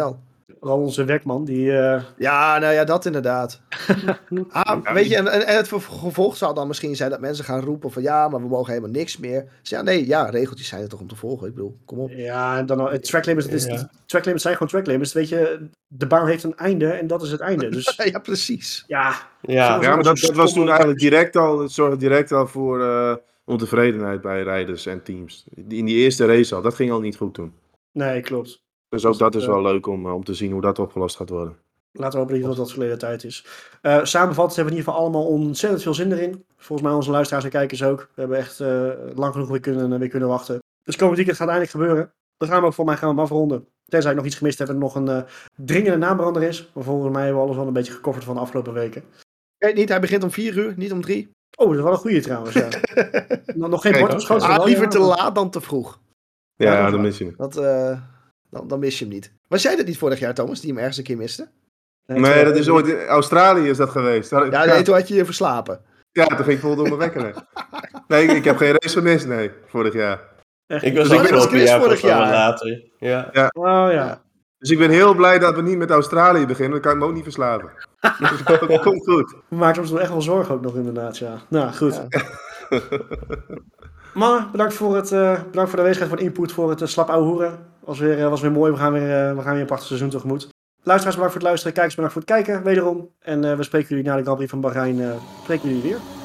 Vooral onze werkman, die... Uh... Ja, nou ja, dat inderdaad. ah, weet je, en, en het gevolg zou dan misschien zijn dat mensen gaan roepen van ja, maar we mogen helemaal niks meer. Dus ja, nee, ja, regeltjes zijn er toch om te volgen. Ik bedoel, kom op. Ja, en dan het track limits, het is, ja. track limits zijn gewoon track limits. Weet je, de baan heeft een einde en dat is het einde. Dus... ja, precies. Ja, ja. ja maar dat, dat was toen eigenlijk direct al, het zorgde direct al voor uh, ontevredenheid bij rijders en teams. In die eerste race al, dat ging al niet goed toen. Nee, klopt. Dus ook dat is wel leuk om, om te zien hoe dat opgelost gaat worden. Laten we hopen dat dat verleden tijd is. Uh, samenvattend hebben we in ieder geval allemaal ontzettend veel zin erin. Volgens mij onze luisteraars en kijkers ook. We hebben echt uh, lang genoeg weer kunnen, weer kunnen wachten. Dus komend weekend gaat eindelijk gebeuren. Dan gaan we ook voor mij gaan we hem afronden. Tenzij ik nog iets gemist heb en er nog een uh, dringende naambrander is. Maar volgens mij hebben we alles wel een beetje gecoverd van de afgelopen weken. Nee, niet. Hij begint om vier uur, niet om drie. Oh, dat is wel een goeie trouwens. Ja. nog geen bord op schoot. Ah, liever te laat dan te vroeg. Ja, ja dan mis je hem. Dat, uh, dan, dan mis je hem niet. Was jij dat niet vorig jaar, Thomas, die hem ergens een keer miste? Nee, nee dat is ooit in Australië is dat geweest. Ja, nee, ja. Toen had je je verslapen. Ja, toen ging ik vol door mijn wekker weg. Nee, ik, ik heb geen race gemist, nee, vorig jaar. Echt? Ik was ook wel een jaar vorig jaar later. Ja. Ja. Oh ja. Dus ik ben heel blij dat we niet met Australië beginnen, dan kan ik me ook niet verslapen. Dat komt goed. We maken ons echt wel zorgen ook nog inderdaad, ja. Nou, goed. Ja. Maar bedankt voor, het, uh, bedankt voor de aanwezigheid, voor de input, voor het uh, slap ouwe hoeren. Was weer, uh, was weer mooi, we gaan weer, uh, we gaan weer een prachtig seizoen tegemoet. Luisteraars, bedankt voor het luisteren, kijkers bedankt voor het kijken, wederom. En uh, we spreken jullie na de Grand Prix van Bahrein, uh, spreken jullie weer.